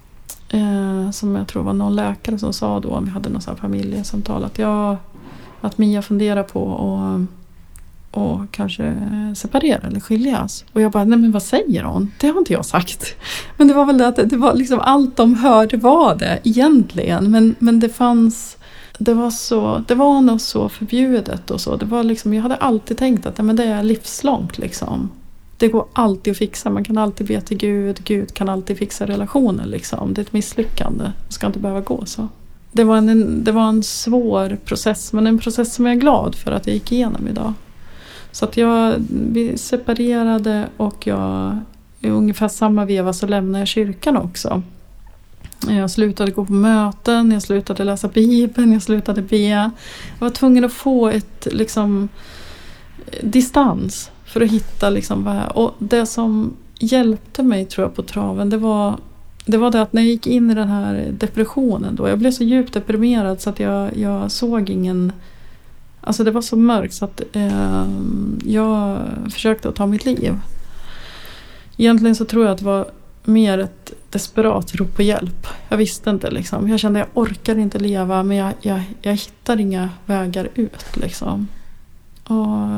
som jag tror var någon läkare som sa då, om vi hade någon sån här familjesamtal, att Mia funderar på och kanske separera eller skiljas. Och jag bara, nej men vad säger hon? Det har inte jag sagt. Men det var väl det att det var liksom allt de hörde var det egentligen. Men det fanns, det var nog så förbjudet och så. Det var liksom, jag hade alltid tänkt att men det är livslångt liksom. Det går alltid att fixa. Man kan alltid be till Gud. Gud kan alltid fixa relationer liksom. Det är ett misslyckande. Det ska inte behöva gå så. Det var en svår process. Men en process som jag är glad för att jag gick igenom idag. Så att vi separerade och i ungefär samma veva så lämnade jag kyrkan också. Jag slutade gå på möten, jag slutade läsa Bibeln, jag slutade be. Jag var tvungen att få ett liksom distans för att hitta liksom vad här. Och det som hjälpte mig tror jag på traven, det var det att när jag gick in i den här depressionen då, jag blev så djupt deprimerad så att jag såg ingen. Alltså det var så mörkt så att jag försökte att ta mitt liv. Egentligen så tror jag att det var mer ett desperat rop på hjälp. Jag visste inte liksom. Jag kände att jag orkar inte leva, men jag hittar inga vägar ut liksom. Och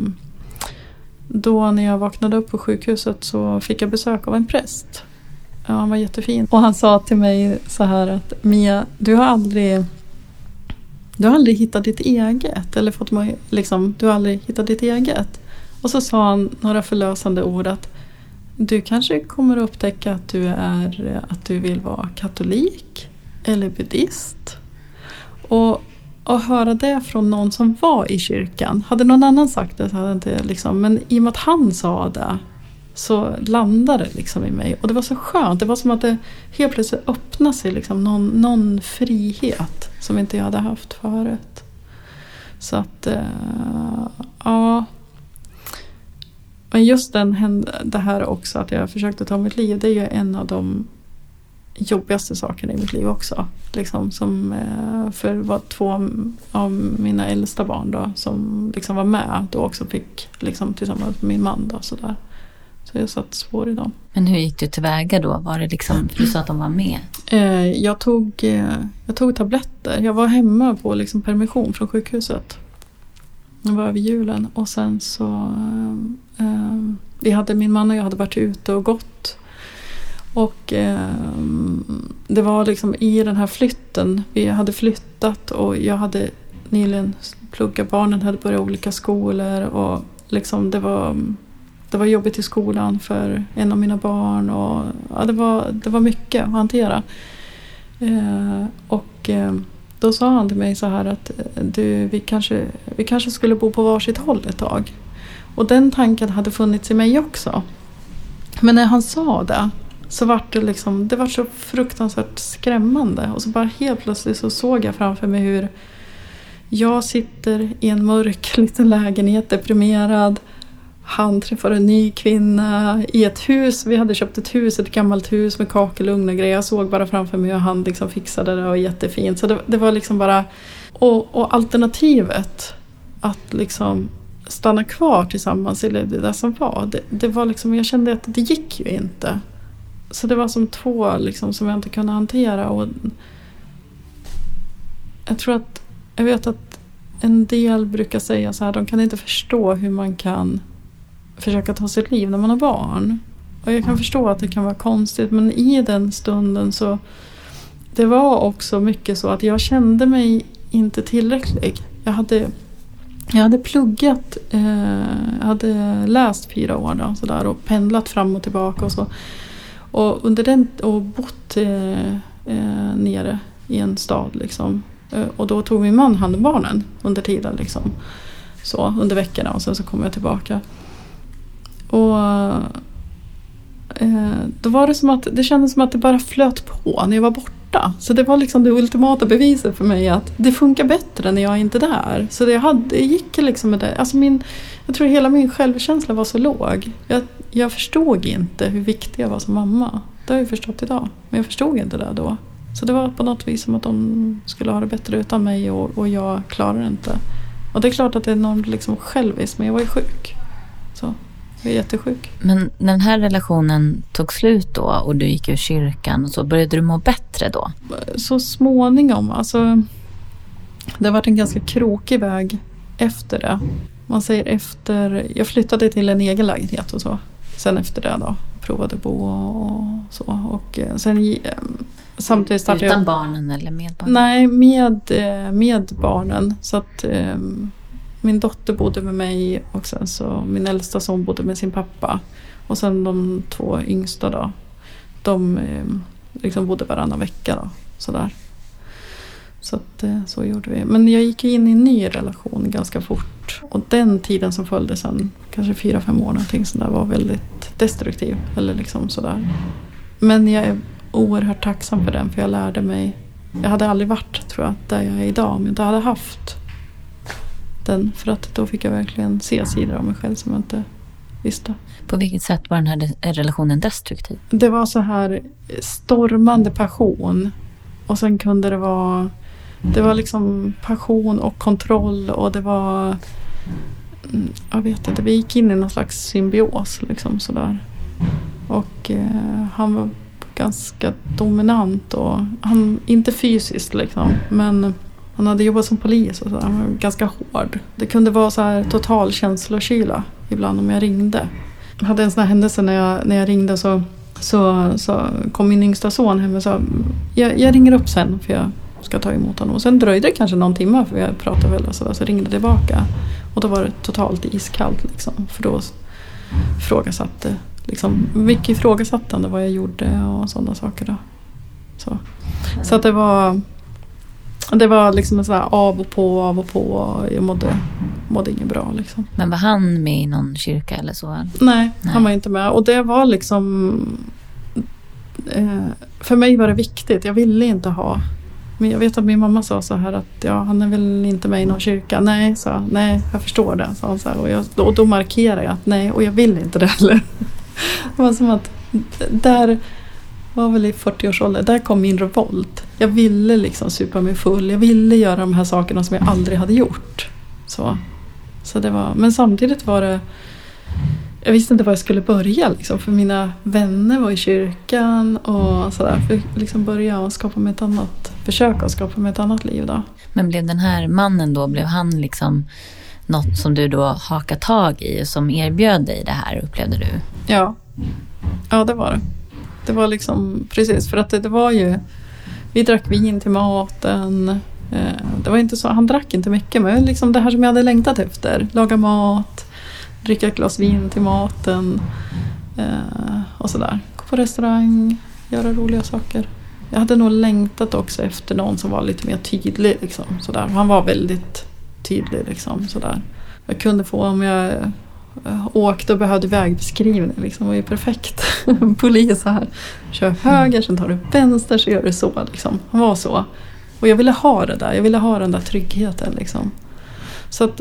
då när jag vaknade upp på sjukhuset så fick jag besök av en präst. Ja, han var jättefin. Och han sa till mig så här att Mia, du har aldrig hittat ditt eget. Eller fått mig, liksom, du har aldrig hittat ditt eget. Och så sa han några förlösande ord att du kanske kommer att upptäcka att du vill vara katolik eller buddhist. Och höra det från någon som var i kyrkan. Hade någon annan sagt det så hade inte liksom, men i och med att han sa det så landade det liksom i mig. Och det var så skönt. Det var som att det helt plötsligt öppnade sig liksom någon frihet som inte jag hade haft förut. Så att ja. Men just det här också att jag försökte ta mitt liv, det är ju en av de jobbigaste sakerna i mitt liv också. Liksom som för var 2 av mina äldsta barn då som liksom var med då också fick liksom tillsammans med min man då sådär. Så jag satt spår i dem. Men hur gick du tillväga då? Var det liksom, du sa att de var med? Jag tog tabletter. Jag var hemma på liksom permission från sjukhuset. Det var över julen. Och sen så min man och jag hade varit ute och gått. Och det var liksom i den här flytten. Vi hade flyttat och jag hade nyligen pluggat. Barnen hade börjat olika skolor och liksom det var jobbigt i skolan för en av mina barn och ja, det var mycket att hantera. Då sa han till mig så här att vi kanske skulle bo på varsitt håll ett tag. Och den tanken hade funnits i mig också. Men när han sa det så var det var så fruktansvärt skrämmande. Och så bara helt plötsligt så såg jag framför mig hur jag sitter i en mörk liten lägenhet deprimerad. Han träffade en ny kvinna i ett hus. Vi hade köpt ett gammalt hus med kakelugn och grejer. Jag såg bara framför mig hur han liksom fixade det och var jättefint. Så det var liksom bara... Och alternativet att liksom stanna kvar tillsammans i det där som var. Det var liksom, jag kände att det gick ju inte. Så det var som 2 liksom, som jag inte kunde hantera. Och jag vet att en del brukar säga så här, de kan inte förstå hur man kan försöka ta sitt liv när man har barn. Och jag kan förstå att det kan vara konstigt, men i den stunden så det var också mycket så att jag kände mig inte tillräcklig. Jag hade pluggat, jag hade läst 4 år då, så där, och pendlat fram och tillbaka och så. Och under den och bott nere i en stad liksom. Och då tog min man hand om barnen under tiden liksom. Så, under veckorna, och sen så kom jag tillbaka. Och då var det som att det kändes som att det bara flöt på när jag var borta. Så det var liksom det ultimata beviset för mig att det funkar bättre när jag är inte där. Så det gick liksom med det. Alltså jag tror hela min självkänsla var så låg. Jag förstod inte hur viktig jag var som mamma. Det har jag förstått idag. Men jag förstod inte det då. Så det var på något vis som att de skulle ha det bättre utan mig och jag klarar det inte. Och det är klart att det är enormt liksom själviskt, men jag var ju sjuk. Så jag är jättesjuk. Men den här relationen tog slut då och du gick ur kyrkan och så, började du må bättre då? Så småningom, alltså det har varit en ganska krokig väg efter det. Man säger efter, jag flyttade till en egen lägenhet och så. Sen efter det då, provade bo och så. Och sen samtidigt startade utan barnen eller med barnen? Nej, med barnen. Så att min dotter bodde med mig och sen så min äldsta son bodde med sin pappa. Och sen de 2 yngsta då, de liksom bodde varannan vecka då, sådär. Så att så gjorde vi. Men jag gick in i en ny relation ganska fort. Och den tiden som följde sen, kanske 4-5 år någonting sådär, var väldigt destruktiv. Eller liksom sådär. Men jag är oerhört tacksam för den, för jag lärde mig. Jag hade aldrig varit, tror jag, där jag är idag om jag inte hade haft den. För att då fick jag verkligen se sidor av mig själv som jag inte visste. På vilket sätt var den här relationen destruktiv? Det var så här stormande passion. Och sen kunde det var liksom passion och kontroll, och det var, jag vet inte, vi gick in i någon slags symbios liksom sådär. Och han var ganska dominant, och han, inte fysiskt liksom, men han hade jobbat som polis och så, han var ganska hård. Det kunde vara så här total känslokyla ibland om jag ringde. Jag hade en sån här händelse när jag ringde, så kom min yngsta son hem och sa, jag ringer upp sen för jag ska ta emot honom. Och sen dröjde det kanske någon timme, för jag pratade väl och så ringde jag tillbaka. Och då var det totalt iskallt liksom, för då ifrågasatte liksom, mycket ifrågasattande vad jag gjorde och sådana saker då. Så att det var liksom en sån här av och på. Jag mådde inget bra liksom. Men var han med i någon kyrka eller så? Nej, han var inte med. Och det var liksom, för mig var det viktigt. Jag ville inte ha, men jag vet att min mamma sa så här att han är väl inte med i någon kyrka. Nej, jag förstår det, sa han så här. Och då markerade jag att nej, och jag vill inte det heller. Det var som att där var väl i 40-årsåldern, där kom min revolt. Jag ville liksom supa mig full. Jag ville göra de här sakerna som jag aldrig hade gjort. Så det var, men samtidigt var det, jag visste inte var jag skulle börja liksom, för mina vänner var i kyrkan och sådär. För liksom försöka skapa mig ett annat liv då. Men blev den här mannen då, blev han liksom något som du då hakade tag i, som erbjöd dig det här, upplevde du? Ja, det var det. Det var liksom, precis, för att det var ju, vi drack vin till maten. Det var inte så, han drack inte mycket, men liksom det här som jag hade längtat efter. Laga mat, dricka ett glas vin till maten och sådär. Gå på restaurang, göra roliga saker. Jag hade nog längtat också efter någon som var lite mer tydlig liksom, sådär. Han var väldigt tydlig liksom, sådär. Jag kunde få, om jag åkte och behövde vägbeskrivning liksom, det var ju perfekt. Polis här, kör höger, sen tar du vänster, så gör du så liksom. Han var så. Och jag ville ha det där, jag ville ha den där tryggheten liksom. Så att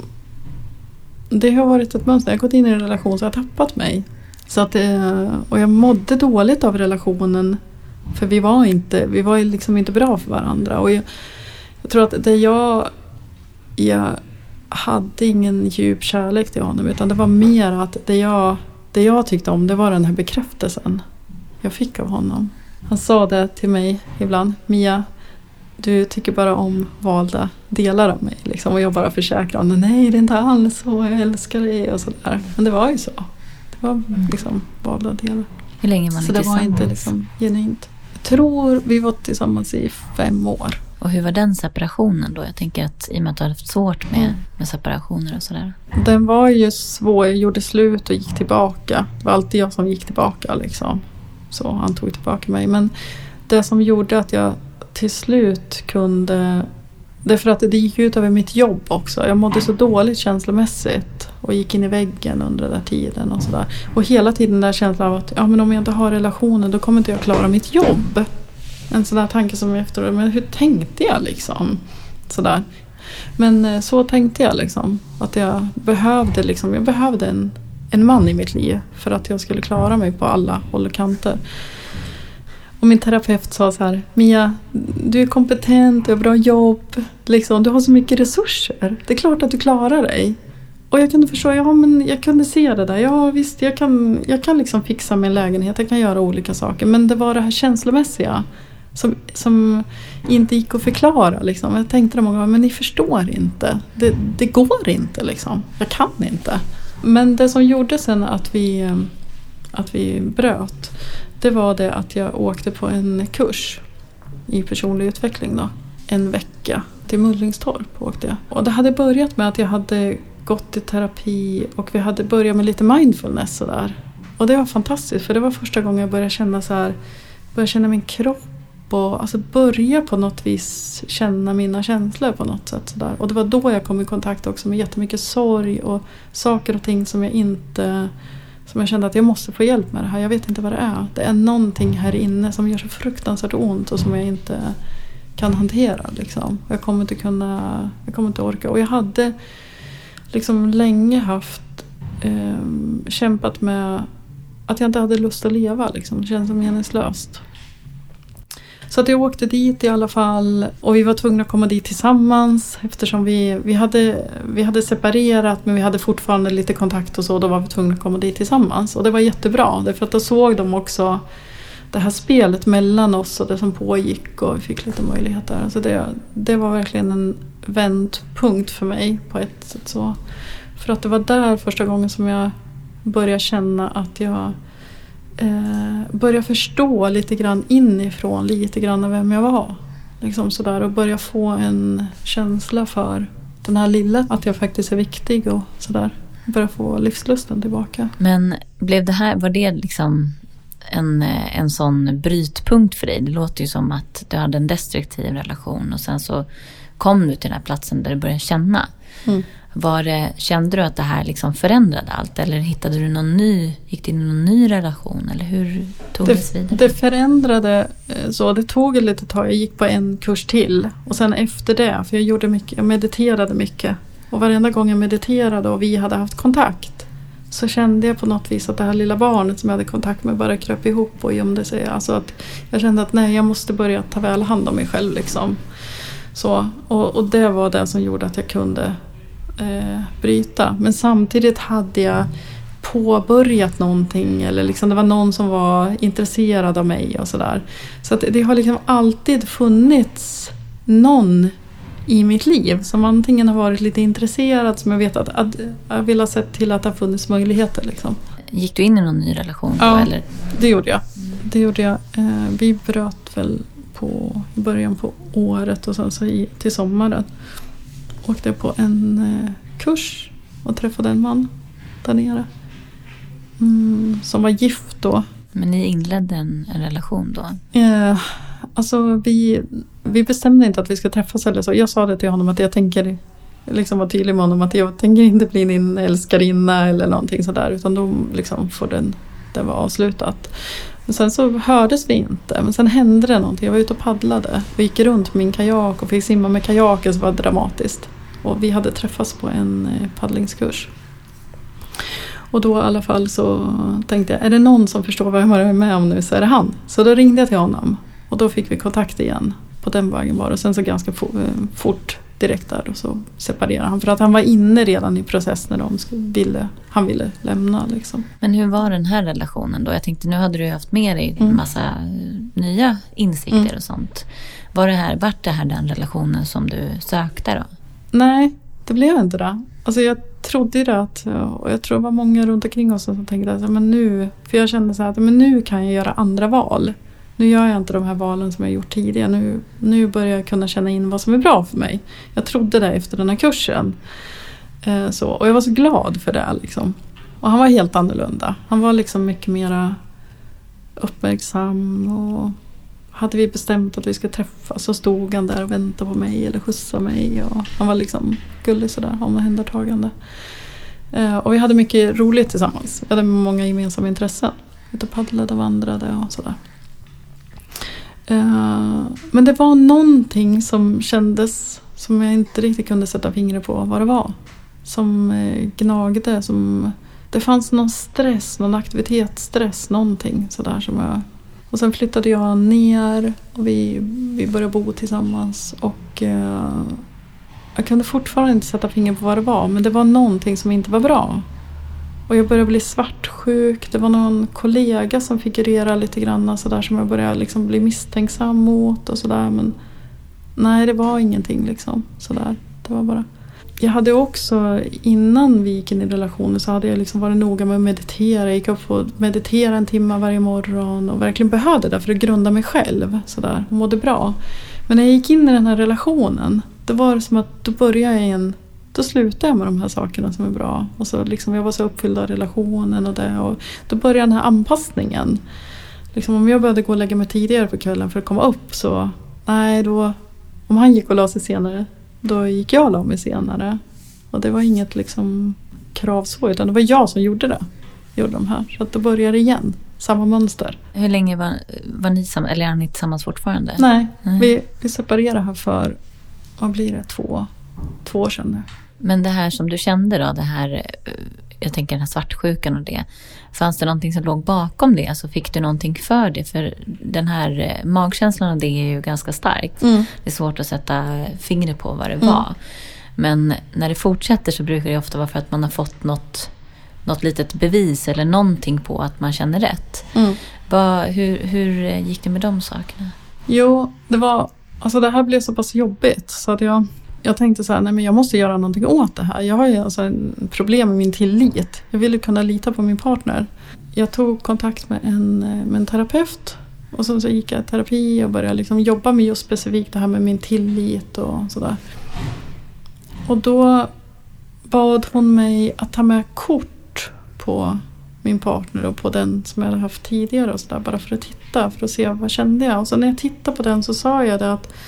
det har varit ett mönster. Jag har gått in i en relation så jag har tappat mig. Så att, och jag mådde dåligt av relationen, för vi var liksom inte bra för varandra. Och jag tror att jag hade ingen djup kärlek till honom, utan det var mer att det jag tyckte om, det var den här bekräftelsen jag fick av honom. Han sa det till mig ibland: Mia, du tycker bara om valda delar av mig liksom. Och jag bara försäkrar honom: nej, det är inte alls så, jag älskar dig och sådär. Men det var ju så. Det var liksom valda delar. Hur länge var ni så tillsammans? Det var inte liksom genuint. Jag tror vi var tillsammans i 5 år. Och hur var den separationen då? Jag tänker att i och med att du hade haft svårt med separationer och sådär. Den var ju svår. Jag gjorde slut och gick tillbaka. Det var alltid jag som gick tillbaka liksom. Så han tog tillbaka mig. Men det som gjorde att jag till slut kunde... Därför att det gick ut över mitt jobb också. Jag mådde så dåligt känslomässigt. Och gick in i väggen under den där tiden och sådär. Och hela tiden där känslan av att men om jag inte har relationen då kommer inte jag klara mitt jobb. En sån där tanke som jag efteråt, men hur tänkte jag liksom? Sådär. Men så tänkte jag liksom. Att jag behövde en man i mitt liv. För att jag skulle klara mig på alla håll och kanter. Och min terapeut sa så här: Mia, du är kompetent, du har bra jobb. Liksom, du har så mycket resurser. Det är klart att du klarar dig. Och jag kunde förstå, men jag kunde se det där. Ja visst, jag kan liksom fixa min lägenhet. Jag kan göra olika saker. Men det var det här känslomässiga som inte gick att förklara. Liksom. Jag tänkte det många gånger, men ni förstår inte. Det går inte liksom. Jag kan inte. Men det som gjorde sen att vi bröt, det var det att jag åkte på en kurs i personlig utveckling då. En vecka till Mullingstorp åkte jag. Och det hade börjat med att jag hade gått i terapi och vi hade börjat med lite mindfulness och där. Och det var fantastiskt för det var första gången jag började känna min kropp och alltså börja på något vis känna mina känslor på något sätt så där. Och det var då jag kom i kontakt också med jättemycket sorg och saker och ting som jag kände att jag måste få hjälp med det här. Jag vet inte vad det är. Det är någonting här inne som gör så fruktansvärt ont och som jag inte kan hantera liksom. Jag kommer inte orka. Och jag hade liksom länge kämpat med att jag inte hade lust att leva liksom. Det känns som meningslöst. Så att jag åkte dit i alla fall och vi var tvungna att komma dit tillsammans eftersom vi hade separerat men vi hade fortfarande lite kontakt och så, då var vi tvungna att komma dit tillsammans och det var jättebra därför att då såg de också det här spelet mellan oss och det som pågick och vi fick lite möjligheter. Alltså det var verkligen en vändpunkt för mig på ett sätt så. För att det var där första gången som jag började känna att jag börja förstå lite grann inifrån lite grann av vem jag var liksom sådär och börja få en känsla för den här lilla att jag faktiskt är viktig och sådär börja få livslusten tillbaka. Men var det liksom en sån brytpunkt för dig? Det låter ju som att du hade en destruktiv relation och sen så kom du till den här platsen där du började känna. Kände du att det här liksom förändrade allt eller hittade du gick det in i någon ny relation eller hur tog det vidare? Det förändrade så, det tog ett litet tag. Jag gick på en kurs till och sen efter det, för jag mediterade mycket och varenda gång jag mediterade och vi hade haft kontakt så kände jag på något vis att det här lilla barnet som jag hade kontakt med bara kröp ihop och gömde sig. Alltså att jag kände att jag måste börja ta väl hand om mig själv liksom. Så, och det var det som gjorde att jag kunde bryta. Men samtidigt hade jag påbörjat någonting eller liksom det var någon som var intresserad av mig och sådär. Så att det har liksom alltid funnits någon i mitt liv som antingen har varit lite intresserad som jag vet att jag vill ha sett till att det har funnits möjligheter liksom. Gick du in i någon ny relation då, eller? Det gjorde jag. Vi bröt väl i början på året och sen så till sommaren åkte på en kurs och träffade en man där nere som var gift då. Men ni inledde en relation då? Alltså vi bestämde inte att vi ska träffas eller så. Jag sa det till honom att jag tänker liksom vara tydlig med honom att jag tänker inte bli din älskarinna eller någonting sådär utan då liksom får det var avslutat. Men sen så hördes vi inte. Men sen hände det någonting. Jag var ute och paddlade. Och gick runt med min kajak och fick simma med kajaken så var det dramatiskt. Och vi hade träffats på en paddlingskurs. Och då i alla fall så tänkte jag, är det någon som förstår vad jag är med om nu så är det han. Så då ringde jag till honom. Och då fick vi kontakt igen. På den vägen var det. Och sen så ganska fort direkt där och så separerade han. För att han var inne redan i process när han ville lämna liksom. Men hur var den här relationen då? Jag tänkte nu hade du haft med dig en massa nya insikter och sånt. Vart det här den relationen som du sökte då? Nej, det blev inte det. Alltså jag trodde det och jag tror det var många runt omkring oss som tänkte att men nu, för jag kände så här att men nu kan jag göra andra val. Nu gör jag inte de här valen som jag gjort tidigare. Nu börjar jag kunna känna in vad som är bra för mig. Jag trodde det efter den här kursen. Och jag var så glad för det liksom. Och han var helt annorlunda. Han var liksom mycket mera uppmärksam och hade vi bestämt att vi skulle träffas så stod han där och väntade på mig eller skjutsade mig. Och han var liksom gullig sådär, omhändertagande. Och vi hade mycket roligt tillsammans. Vi hade många gemensamma intressen. Ute och paddlade och vandrade och sådär. Men det var någonting som kändes som jag inte riktigt kunde sätta fingret på vad det var. Som gnagde, det fanns någon stress, någon aktivitetsstress, någonting sådär som jag... Och sen flyttade jag ner och vi började bo tillsammans och jag kunde fortfarande inte sätta fingret på vad det var, men det var någonting som inte var bra. Och jag började bli svartsjuk. Det var någon kollega som figurerade lite grann sådär som jag började liksom bli misstänksam mot och sådär, men nej, det var ingenting liksom sådär. Det var bara... Jag hade också, innan vi gick in i relationen så hade jag liksom varit noga med att meditera. Jag gick upp och mediterade 1 timme varje morgon och verkligen behövde det för att grunda mig själv sådär, och mådde bra. Men när jag gick in i den här relationen, då var det som att då slutade jag med de här sakerna som är bra. Och så liksom, jag var så uppfylld av relationen och det. Och då började den här anpassningen. Liksom, om jag började gå och lägga mig tidigare på kvällen för att komma upp så... Nej, då... Om han gick och la sig senare, då gick jag och la mig senare. Och det var inget liksom krav så, utan det var jag som gjorde det. Gjorde de här. Så att då började det igen. Samma mönster. Hur länge var ni tillsammans? Eller är ni tillsammans fortfarande? Nej. Vi separerade här för... Vad blir det? 2 år sedan nu. Men det här som du kände då, det här, jag tänker den här svartsjukan och det, fanns det någonting som låg bakom det? Så fick du någonting för det? För den här magkänslan och det är ju ganska starkt. Det är svårt att sätta fingret på vad det var. Men när det fortsätter så brukar det ofta vara för att man har fått något litet bevis eller någonting på att man känner rätt. Hur gick det med de sakerna? Jo, det här blev så pass jobbigt så att jag tänkte så här, nej men jag måste göra någonting åt det här. Jag har ju alltså en problem med min tillit. Jag ville kunna lita på min partner. Jag tog kontakt med en terapeut och så gick jag i terapi och började liksom jobba med just specifikt det här med min tillit och sådär. Och då bad hon mig att ta med kort på min partner och på den som jag hade haft tidigare och sådär, bara för att titta, för att se vad kände jag. Och så när jag tittade på den så sa jag det att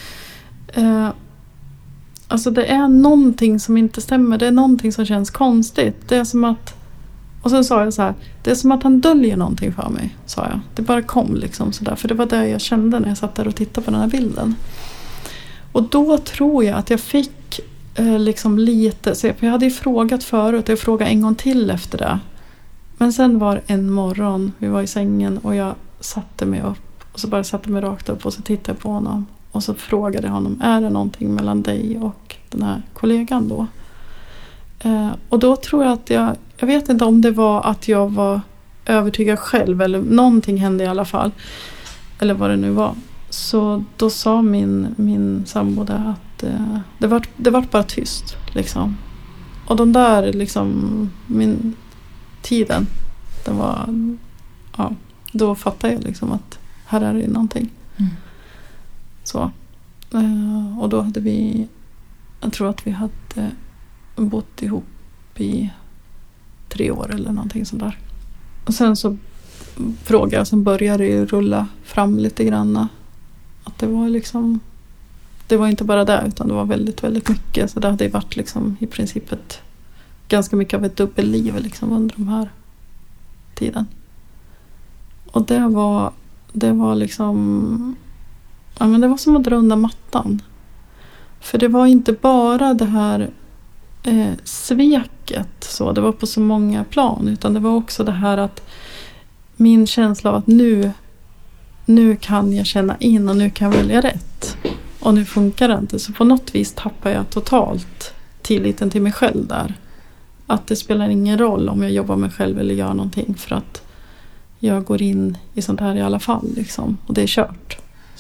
alltså det är någonting som inte stämmer. Det är någonting som känns konstigt. Det är som att... Och sen sa jag så här, det är som att han döljer någonting för mig, sa jag. Det bara kom liksom sådär. För det var det jag kände när jag satt där och tittade på den här bilden. Och då tror jag att jag fick liksom lite... För jag hade ju frågat förut, jag frågade en gång till efter det. Men sen var en morgon, vi var i sängen och jag satte mig upp. Och så bara satte mig rakt upp och så tittade jag på honom. Och så frågade jag honom, är det någonting mellan dig och den här kollegan då? Och då tror jag att jag vet inte om det var att jag var övertygad själv eller någonting hände i alla fall. Eller vad det nu var. Så då sa min sambo där att det var bara tyst liksom. Och de där liksom, tiden, den var, ja, då fattade jag liksom att här är det någonting. Så. Och då hade jag tror att vi hade bott ihop i 3 år eller någonting sånt där. Och sen så frågade jag, sen började det ju rulla fram lite grann. Att det var liksom, det var inte bara det utan det var väldigt, väldigt mycket. Så det hade ju varit liksom i princip ganska mycket av ett dubbelliv liksom under de här tiden. Och det var liksom... Ja, men det var som att dra undan mattan. För det var inte bara det här sveket. Så. Det var på så många plan. Utan det var också det här att min känsla av att nu kan jag känna in och nu kan jag välja rätt. Och nu funkar det inte. Så på något vis tappar jag totalt tilliten till mig själv där. Att det spelar ingen roll om jag jobbar med mig själv eller gör någonting. För att jag går in i sånt här i alla fall. Liksom. Och det är kört.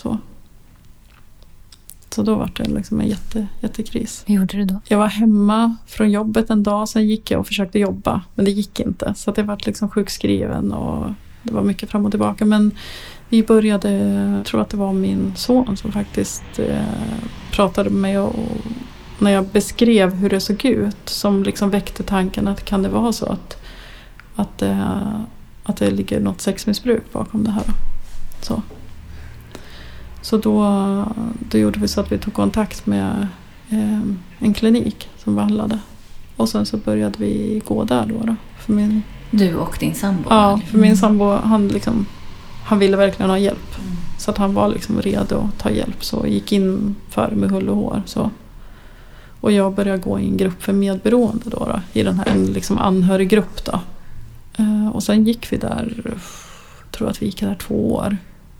Så då var det liksom en jättekris. Hur gjorde du då? Jag var hemma från jobbet en dag. Sen gick jag och försökte jobba. Men det gick inte. Så att jag var liksom sjukskriven. Och det var mycket fram och tillbaka. Men vi började, jag tror att det var min son som faktiskt pratade med mig. Och när jag beskrev hur det såg ut. Som liksom väckte tanken att kan det vara så att det ligger något sexmissbruk bakom det här. Så. Så då gjorde vi så att vi tog kontakt med en klinik som behandlade. Och sen så började vi gå där då. Du och din sambo? Ja, för min sambo han ville verkligen ha hjälp. Så att han var liksom redo att ta hjälp. Så gick in för med hull och hår. Så. Och jag började gå i en grupp för medberoende då. I den här liksom anhöriggrupp då. Och sen gick vi där, jag tror att vi gick där 2 år.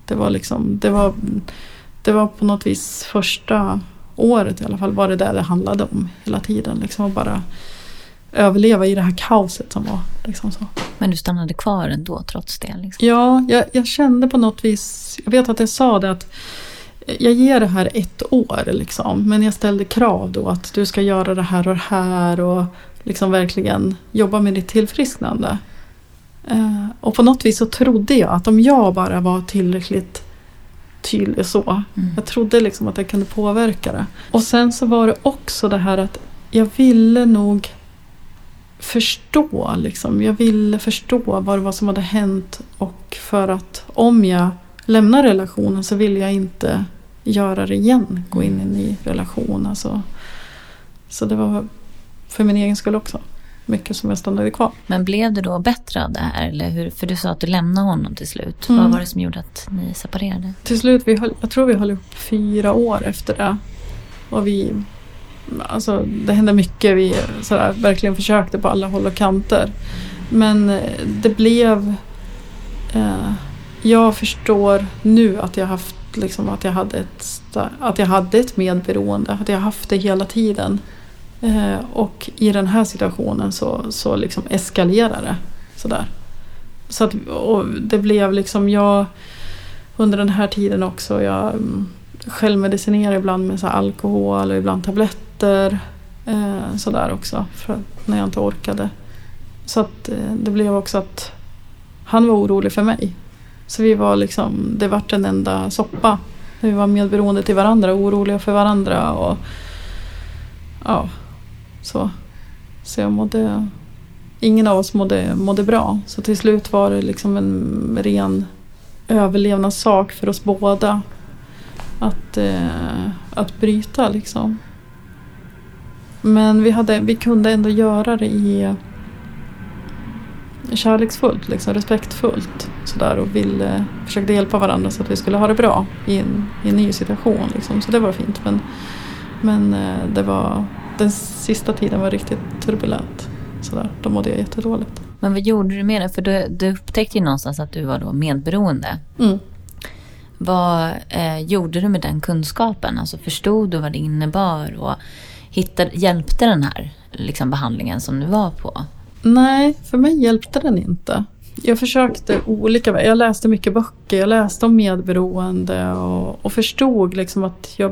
Det var på något vis första året i alla fall var det där det handlade om hela tiden. Liksom att bara överleva i det här kaoset som var. Liksom så. Men du stannade kvar ändå trots det? Liksom. Ja, jag kände på något vis, jag vet att jag sa det att jag ger det här 1 år liksom, men jag ställde krav då att du ska göra det här och liksom verkligen jobba med ditt tillfrisknande. Och på något vis så trodde jag att om jag bara var tillräckligt tydlig så. Jag trodde liksom att jag kunde påverka det. Och sen så var det också det här att jag ville nog förstå liksom. Jag ville förstå vad det var som hade hänt, och för att om jag lämnar relationen så vill jag inte göra det igen. Gå in i en ny relation. Alltså. Så det var för min egen skull också. Mycket som jag stannade kvar. Men blev det då bättre av det här? Eller hur? För du sa att du lämnade honom till slut. Vad var det som gjorde att ni separerade? Till slut, jag tror vi höll upp 4 år efter det. Och det hände mycket. Vi verkligen försökte på alla håll och kanter. Men det blev... jag förstår nu att jag haft liksom, att jag hade ett medberoende. Att jag haft det hela tiden. Och i den här situationen så liksom eskalerade det sådär. Så att, och det blev liksom jag under den här tiden också, jag självmedicinerar ibland med så alkohol och ibland tabletter sådär också för när jag inte orkade. Så att det blev också att han var orolig för mig. Så vi var liksom, det vart en enda soppa. Vi var medberoende till varandra, oroliga för varandra och ja. Så ingen av oss mådde bra. Så till slut var det liksom en ren överlevnadssak för oss båda att bryta liksom. Men vi kunde ändå göra det i kärleksfullt, liksom, respektfullt sådär, och försökte hjälpa varandra så att vi skulle ha det bra i en ny situation liksom. Så det var fint, men det var den sista tiden var riktigt turbulent. Sådär, då mådde jag jättedåligt. Men vad gjorde du med det? För du upptäckte ju någonstans att du var då medberoende. Vad gjorde du med den kunskapen? Alltså förstod du vad det innebar? Och hjälpte den här liksom, behandlingen som du var på? Nej, för mig hjälpte den inte. Jag försökte olika vägar. Jag läste mycket böcker. Jag läste om medberoende och förstod liksom att jag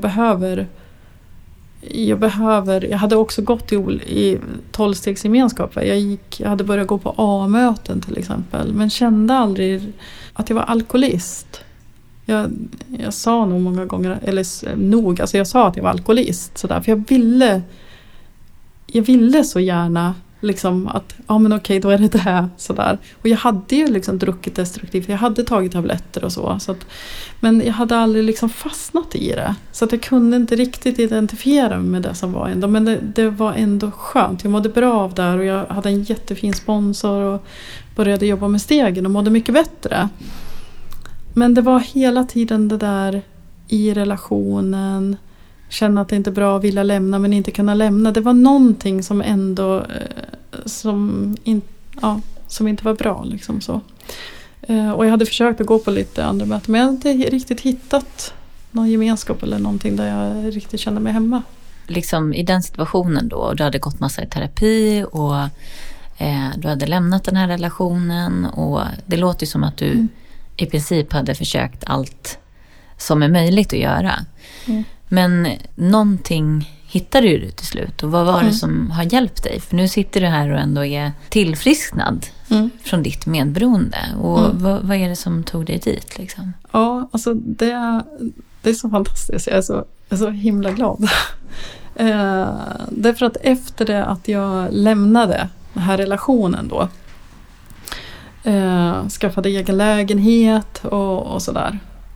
hade också gått i 12-stegsgemenskap. Jag hade börjat gå på A-möten till exempel. Men kände aldrig att jag var alkoholist. Jag sa nog många gånger, jag sa att jag var alkoholist. Sådär, för jag ville så gärna liksom att, men okej, då är det här. Sådär. Och jag hade ju liksom druckit destruktivt. Jag hade tagit tabletter och så. Att, men jag hade aldrig liksom fastnat i det. Så att jag kunde inte riktigt identifiera mig med det som var ändå. Men det var ändå skönt. Jag mådde bra av det och jag hade en jättefin sponsor och började jobba med stegen och mådde mycket bättre. Men det var hela tiden det där i relationen, känna att det inte är bra, vilja lämna men inte kunna lämna. Det var någonting som ändå som inte var bra liksom så. Och jag hade försökt att gå på lite andra möten, men jag hade inte riktigt hittat någon gemenskap eller någonting där jag riktigt kände mig hemma. Liksom i den situationen då, du hade gått massa i terapi och du hade lämnat den här relationen och det låter ju som att du i princip hade försökt allt som är möjligt att göra. Men någonting hittade du till slut. Och vad var det som har hjälpt dig? För nu sitter du här och ändå är tillfrisknad från ditt medberoende. Och vad är det som tog dig dit? Liksom? Ja, alltså det är så fantastiskt. Jag är så himla glad. Därför att efter det att jag lämnade den här relationen då, skaffade egen lägenhet och sådär.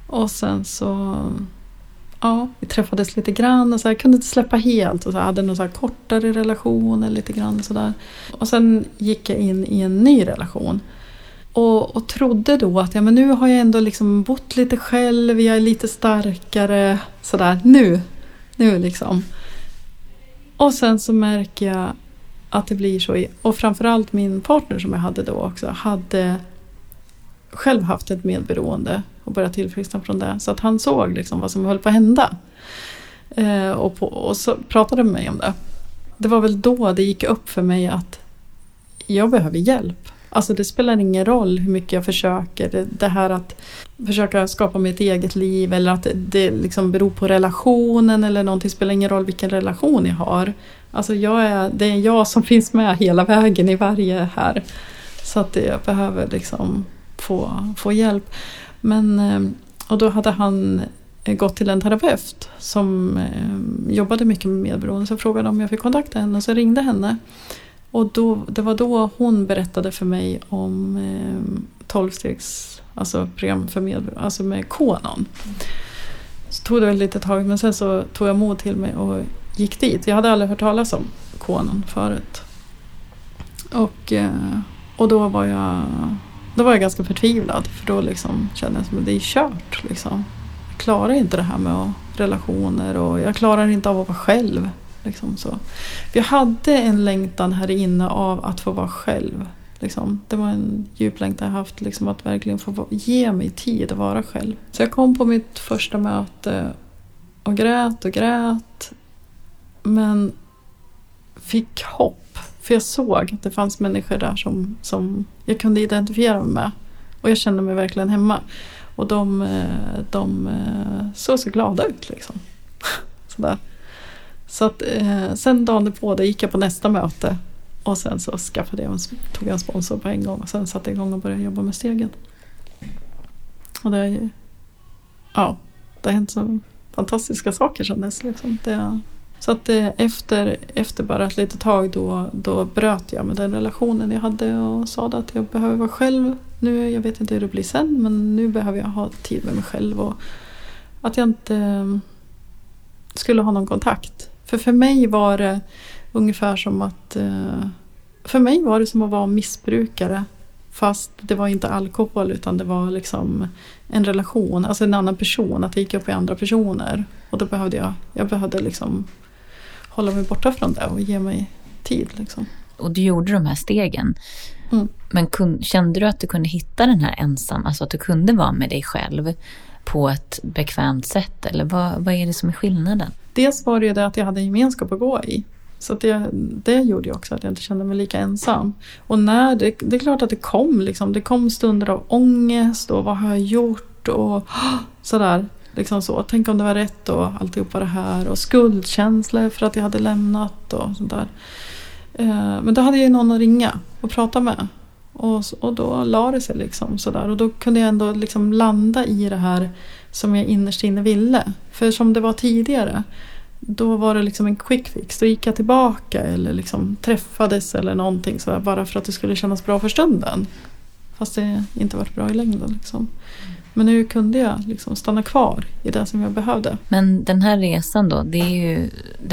Och sen så, ja, vi träffades lite grann och så här, jag kunde inte släppa helt och så här, hade någon så här kortare relationer lite grann så där. Och sen gick jag in i en ny relation. Och trodde då att men nu har jag ändå liksom bott lite själv, jag är lite starkare sådär, nu liksom. Och sen så märker jag att det blir så, och framförallt min partner som jag hade då också, hade själv haft ett medberoende och börjat tillfriskna från det. Så att han såg liksom vad som höll på att hända. Och så pratade med mig om det. Det var väl då det gick upp för mig att jag behöver hjälp. Alltså det spelar ingen roll hur mycket jag försöker. Det här att försöka skapa mitt eget liv eller att det liksom beror på relationen eller någonting, spelar ingen roll vilken relation jag har. Alltså det är jag som finns med hela vägen i varje här. Så att jag behöver liksom få hjälp. Men, och då hade han gått till en terapeut som jobbade mycket med medberoende. Så jag frågade om jag fick kontakta henne och så ringde henne. Och det var då hon berättade för mig om 12-stegs program för medberoende, alltså med Qanon. Så tog det väl lite tag, men sen så tog jag mod till mig och gick dit. Jag hade aldrig hört talas om Qanon förut. Och då var jag ganska förtvivlad, för då liksom kände jag som att det är kört liksom. Jag klarar inte det här med relationer och jag klarar inte av att vara själv. Liksom så. Jag hade en längtan här inne av att få vara själv. Liksom. Det var en djup längtan jag haft, liksom, att verkligen få ge mig tid att vara själv. Så jag kom på mitt första möte och grät. Men fick hopp. För jag såg att det fanns människor där som jag kunde identifiera mig med. Och jag kände mig verkligen hemma. Och de såg så glada ut liksom. Sådär. Så att sen dagen på det gick jag på nästa möte. Och sen så tog jag en sponsor på en gång. Och sen satte jag igång och började jobba med stegen. Och det har hänt så fantastiska saker sedan dess liksom. Så att efter bara ett litet tag då bröt jag med den relationen jag hade och sa att jag behöver vara själv nu. Jag vet inte hur det blir sen, men nu behöver jag ha tid med mig själv och att jag inte skulle ha någon kontakt. För mig var det ungefär som att vara missbrukare, fast det var inte alkohol utan det var liksom en relation, alltså en annan person, att jag gick upp i andra personer, och då behövde jag liksom hålla mig borta från det och ge mig tid liksom. Och du gjorde de här stegen. Men kände du att du kunde hitta den här ensam, alltså att du kunde vara med dig själv på ett bekvämt sätt, eller vad är det som är skillnaden? Dels var det att jag hade gemenskap att gå i. Så att det gjorde ju också att jag inte kände mig lika ensam. Och det är klart att det kom stunder av ångest och vad har jag gjort och sådär. Liksom så. Tänk om det var rätt och alltihopa det här. Och skuldkänslor för att jag hade lämnat och sånt där. Men då hade jag ju någon att ringa och prata med. Och då la det sig liksom sådär. Och då kunde jag ändå liksom landa i det här som jag innerst inne ville. För som det var tidigare, då var det liksom en quick fix. Då gick jag tillbaka eller liksom träffades eller någonting sådär, bara för att det skulle kännas bra för stunden. Fast det inte varit bra i längden liksom. Men nu kunde jag liksom stanna kvar i det som jag behövde. Men den här resan då, du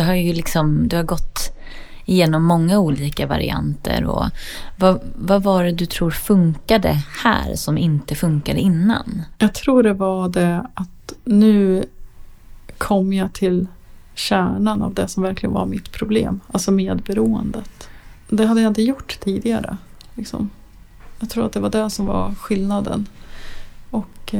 har gått igenom många olika varianter. Och vad var det du tror funkade här som inte funkade innan? Jag tror det var det att nu kom jag till kärnan av det som verkligen var mitt problem. Alltså medberoendet. Det hade jag inte gjort tidigare. Liksom. Jag tror att det var det som var skillnaden. Och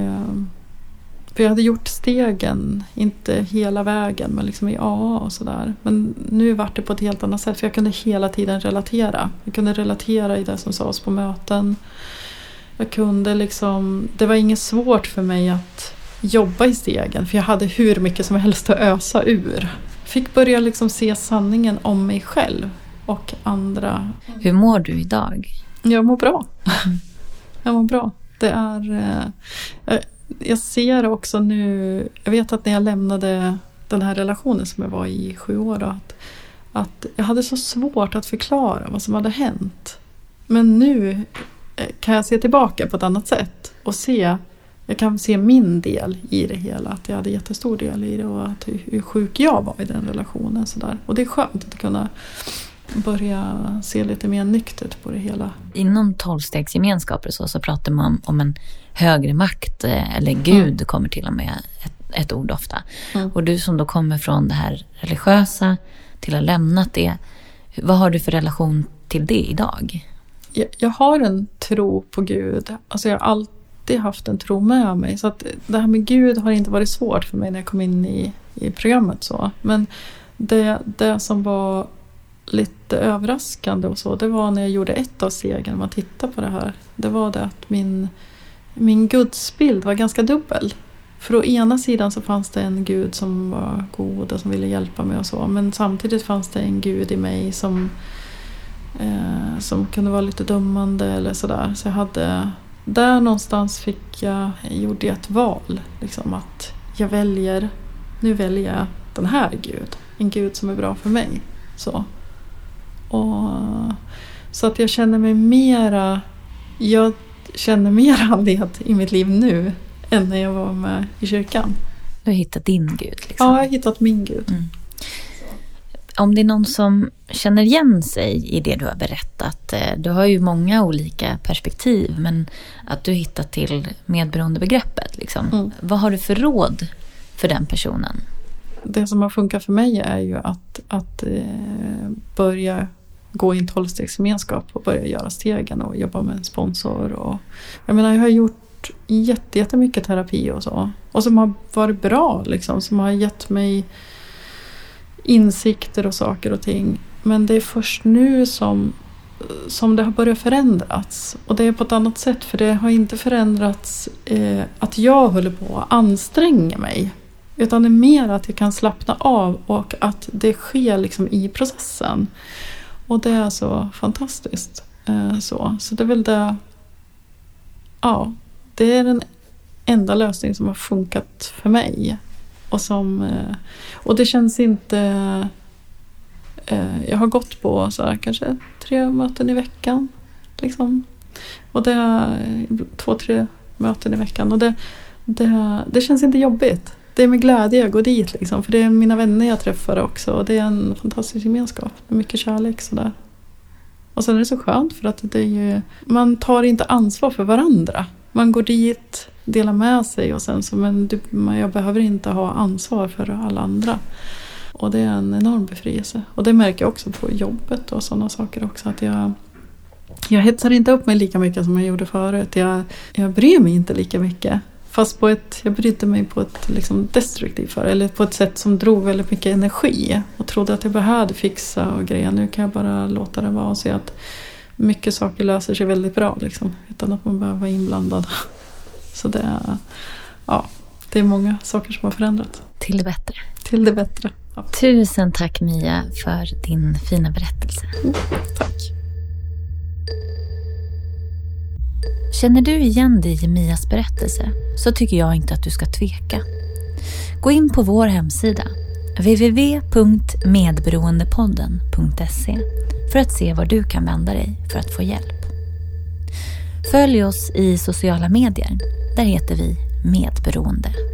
för jag hade gjort stegen, inte hela vägen, men liksom i AA och sådär. Men nu var det på ett helt annat sätt, för jag kunde hela tiden relatera. Jag kunde relatera i det som sades på möten. Jag kunde liksom, det var inget svårt för mig att jobba i stegen, för jag hade hur mycket som helst att ösa ur. Fick börja liksom se sanningen om mig själv och andra. Hur mår du idag? Jag mår bra. Jag mår bra. Det är... Jag ser också nu... Jag vet att när jag lämnade den här relationen som jag var i 7 år, att jag hade så svårt att förklara vad som hade hänt. Men nu kan jag se tillbaka på ett annat sätt och se jag kan se min del i det hela. Att jag hade jättestor del i det och att hur sjuk jag var i den relationen. Så där. Och det är skönt att kunna börja se lite mer nyktert på det hela. Inom 12-stegsgemenskaper så pratar man om en högre makt, eller Gud kommer till och med ett ord ofta. Och du som då kommer från det här religiösa till att ha lämnat det, vad har du för relation till det idag? Jag har en tro på Gud. Alltså jag har alltid haft en tro med mig. Så att det här med Gud har inte varit svårt för mig när jag kom in i programmet. Så. Men det som var lite överraskande och så, det var när jag gjorde ett av stegen, när man tittar på det här. Det var det att min gudsbild var ganska dubbel. För å ena sidan så fanns det en Gud som var god och som ville hjälpa mig och så. Men samtidigt fanns det en Gud i mig som kunde vara lite dömande eller sådär. Så jag hade, där någonstans gjorde jag ett val. Liksom att nu väljer jag den här Gud. En Gud som är bra för mig. Så att jag känner mig mera led i mitt liv nu än när jag var med i kyrkan. Du har hittat din Gud liksom. Ja, jag har hittat min Gud. Om det är någon som känner igen sig i det du har berättat, du har ju många olika perspektiv, men att du hittat till medberoendebegreppet liksom. Vad har du för råd för den personen? Det som har funkat för mig är ju att börja gå i en 12-stegsgemenskap och börja göra stegen och jobba med en sponsor. Och, jag har gjort jättemycket terapi och så. Och som har varit bra liksom, som har gett mig insikter och saker och ting. Men det är först nu som det har börjat förändras. Och det är på ett annat sätt, för det har inte förändrats att jag håller på att anstränga mig. Utan det är mer att jag kan slappna av och att det sker liksom i processen. Och det är så fantastiskt. Så det är väl det. Ja, det är den enda lösningen som har funkat för mig. Och det känns inte. Jag har gått på så här, kanske 3 möten i veckan. Liksom. Och det är 2-3 möten i veckan. Och det känns inte jobbigt. Det är med glädje jag går dit liksom, för det är mina vänner jag träffar också och det är en fantastisk gemenskap. Det är mycket kärlek sådär. Och sen är det så skönt för att det är ju, man tar inte ansvar för varandra. Man går dit, delar med sig och sen jag behöver inte ha ansvar för alla andra. Och det är en enorm befrielse. Och det märker jag också på jobbet och sådana saker också, att jag hetsar inte upp mig lika mycket som jag gjorde förut. Jag bryr mig inte lika mycket. Fast jag brydde mig på ett liksom destruktivt eller på ett sätt som drog väldigt mycket energi. Och trodde att jag behövde fixa och grejer. Nu kan jag bara låta det vara och se att mycket saker löser sig väldigt bra. Liksom, utan att man behöver vara inblandad. Så det är många saker som har förändrats. Till det bättre. Till det bättre. Ja. Tusen tack Mia för din fina berättelse. Tack. Känner du igen dig i Mias berättelse så tycker jag inte att du ska tveka. Gå in på vår hemsida www.medberoendepodden.se för att se var du kan vända dig för att få hjälp. Följ oss i sociala medier. Där heter vi Medberoende.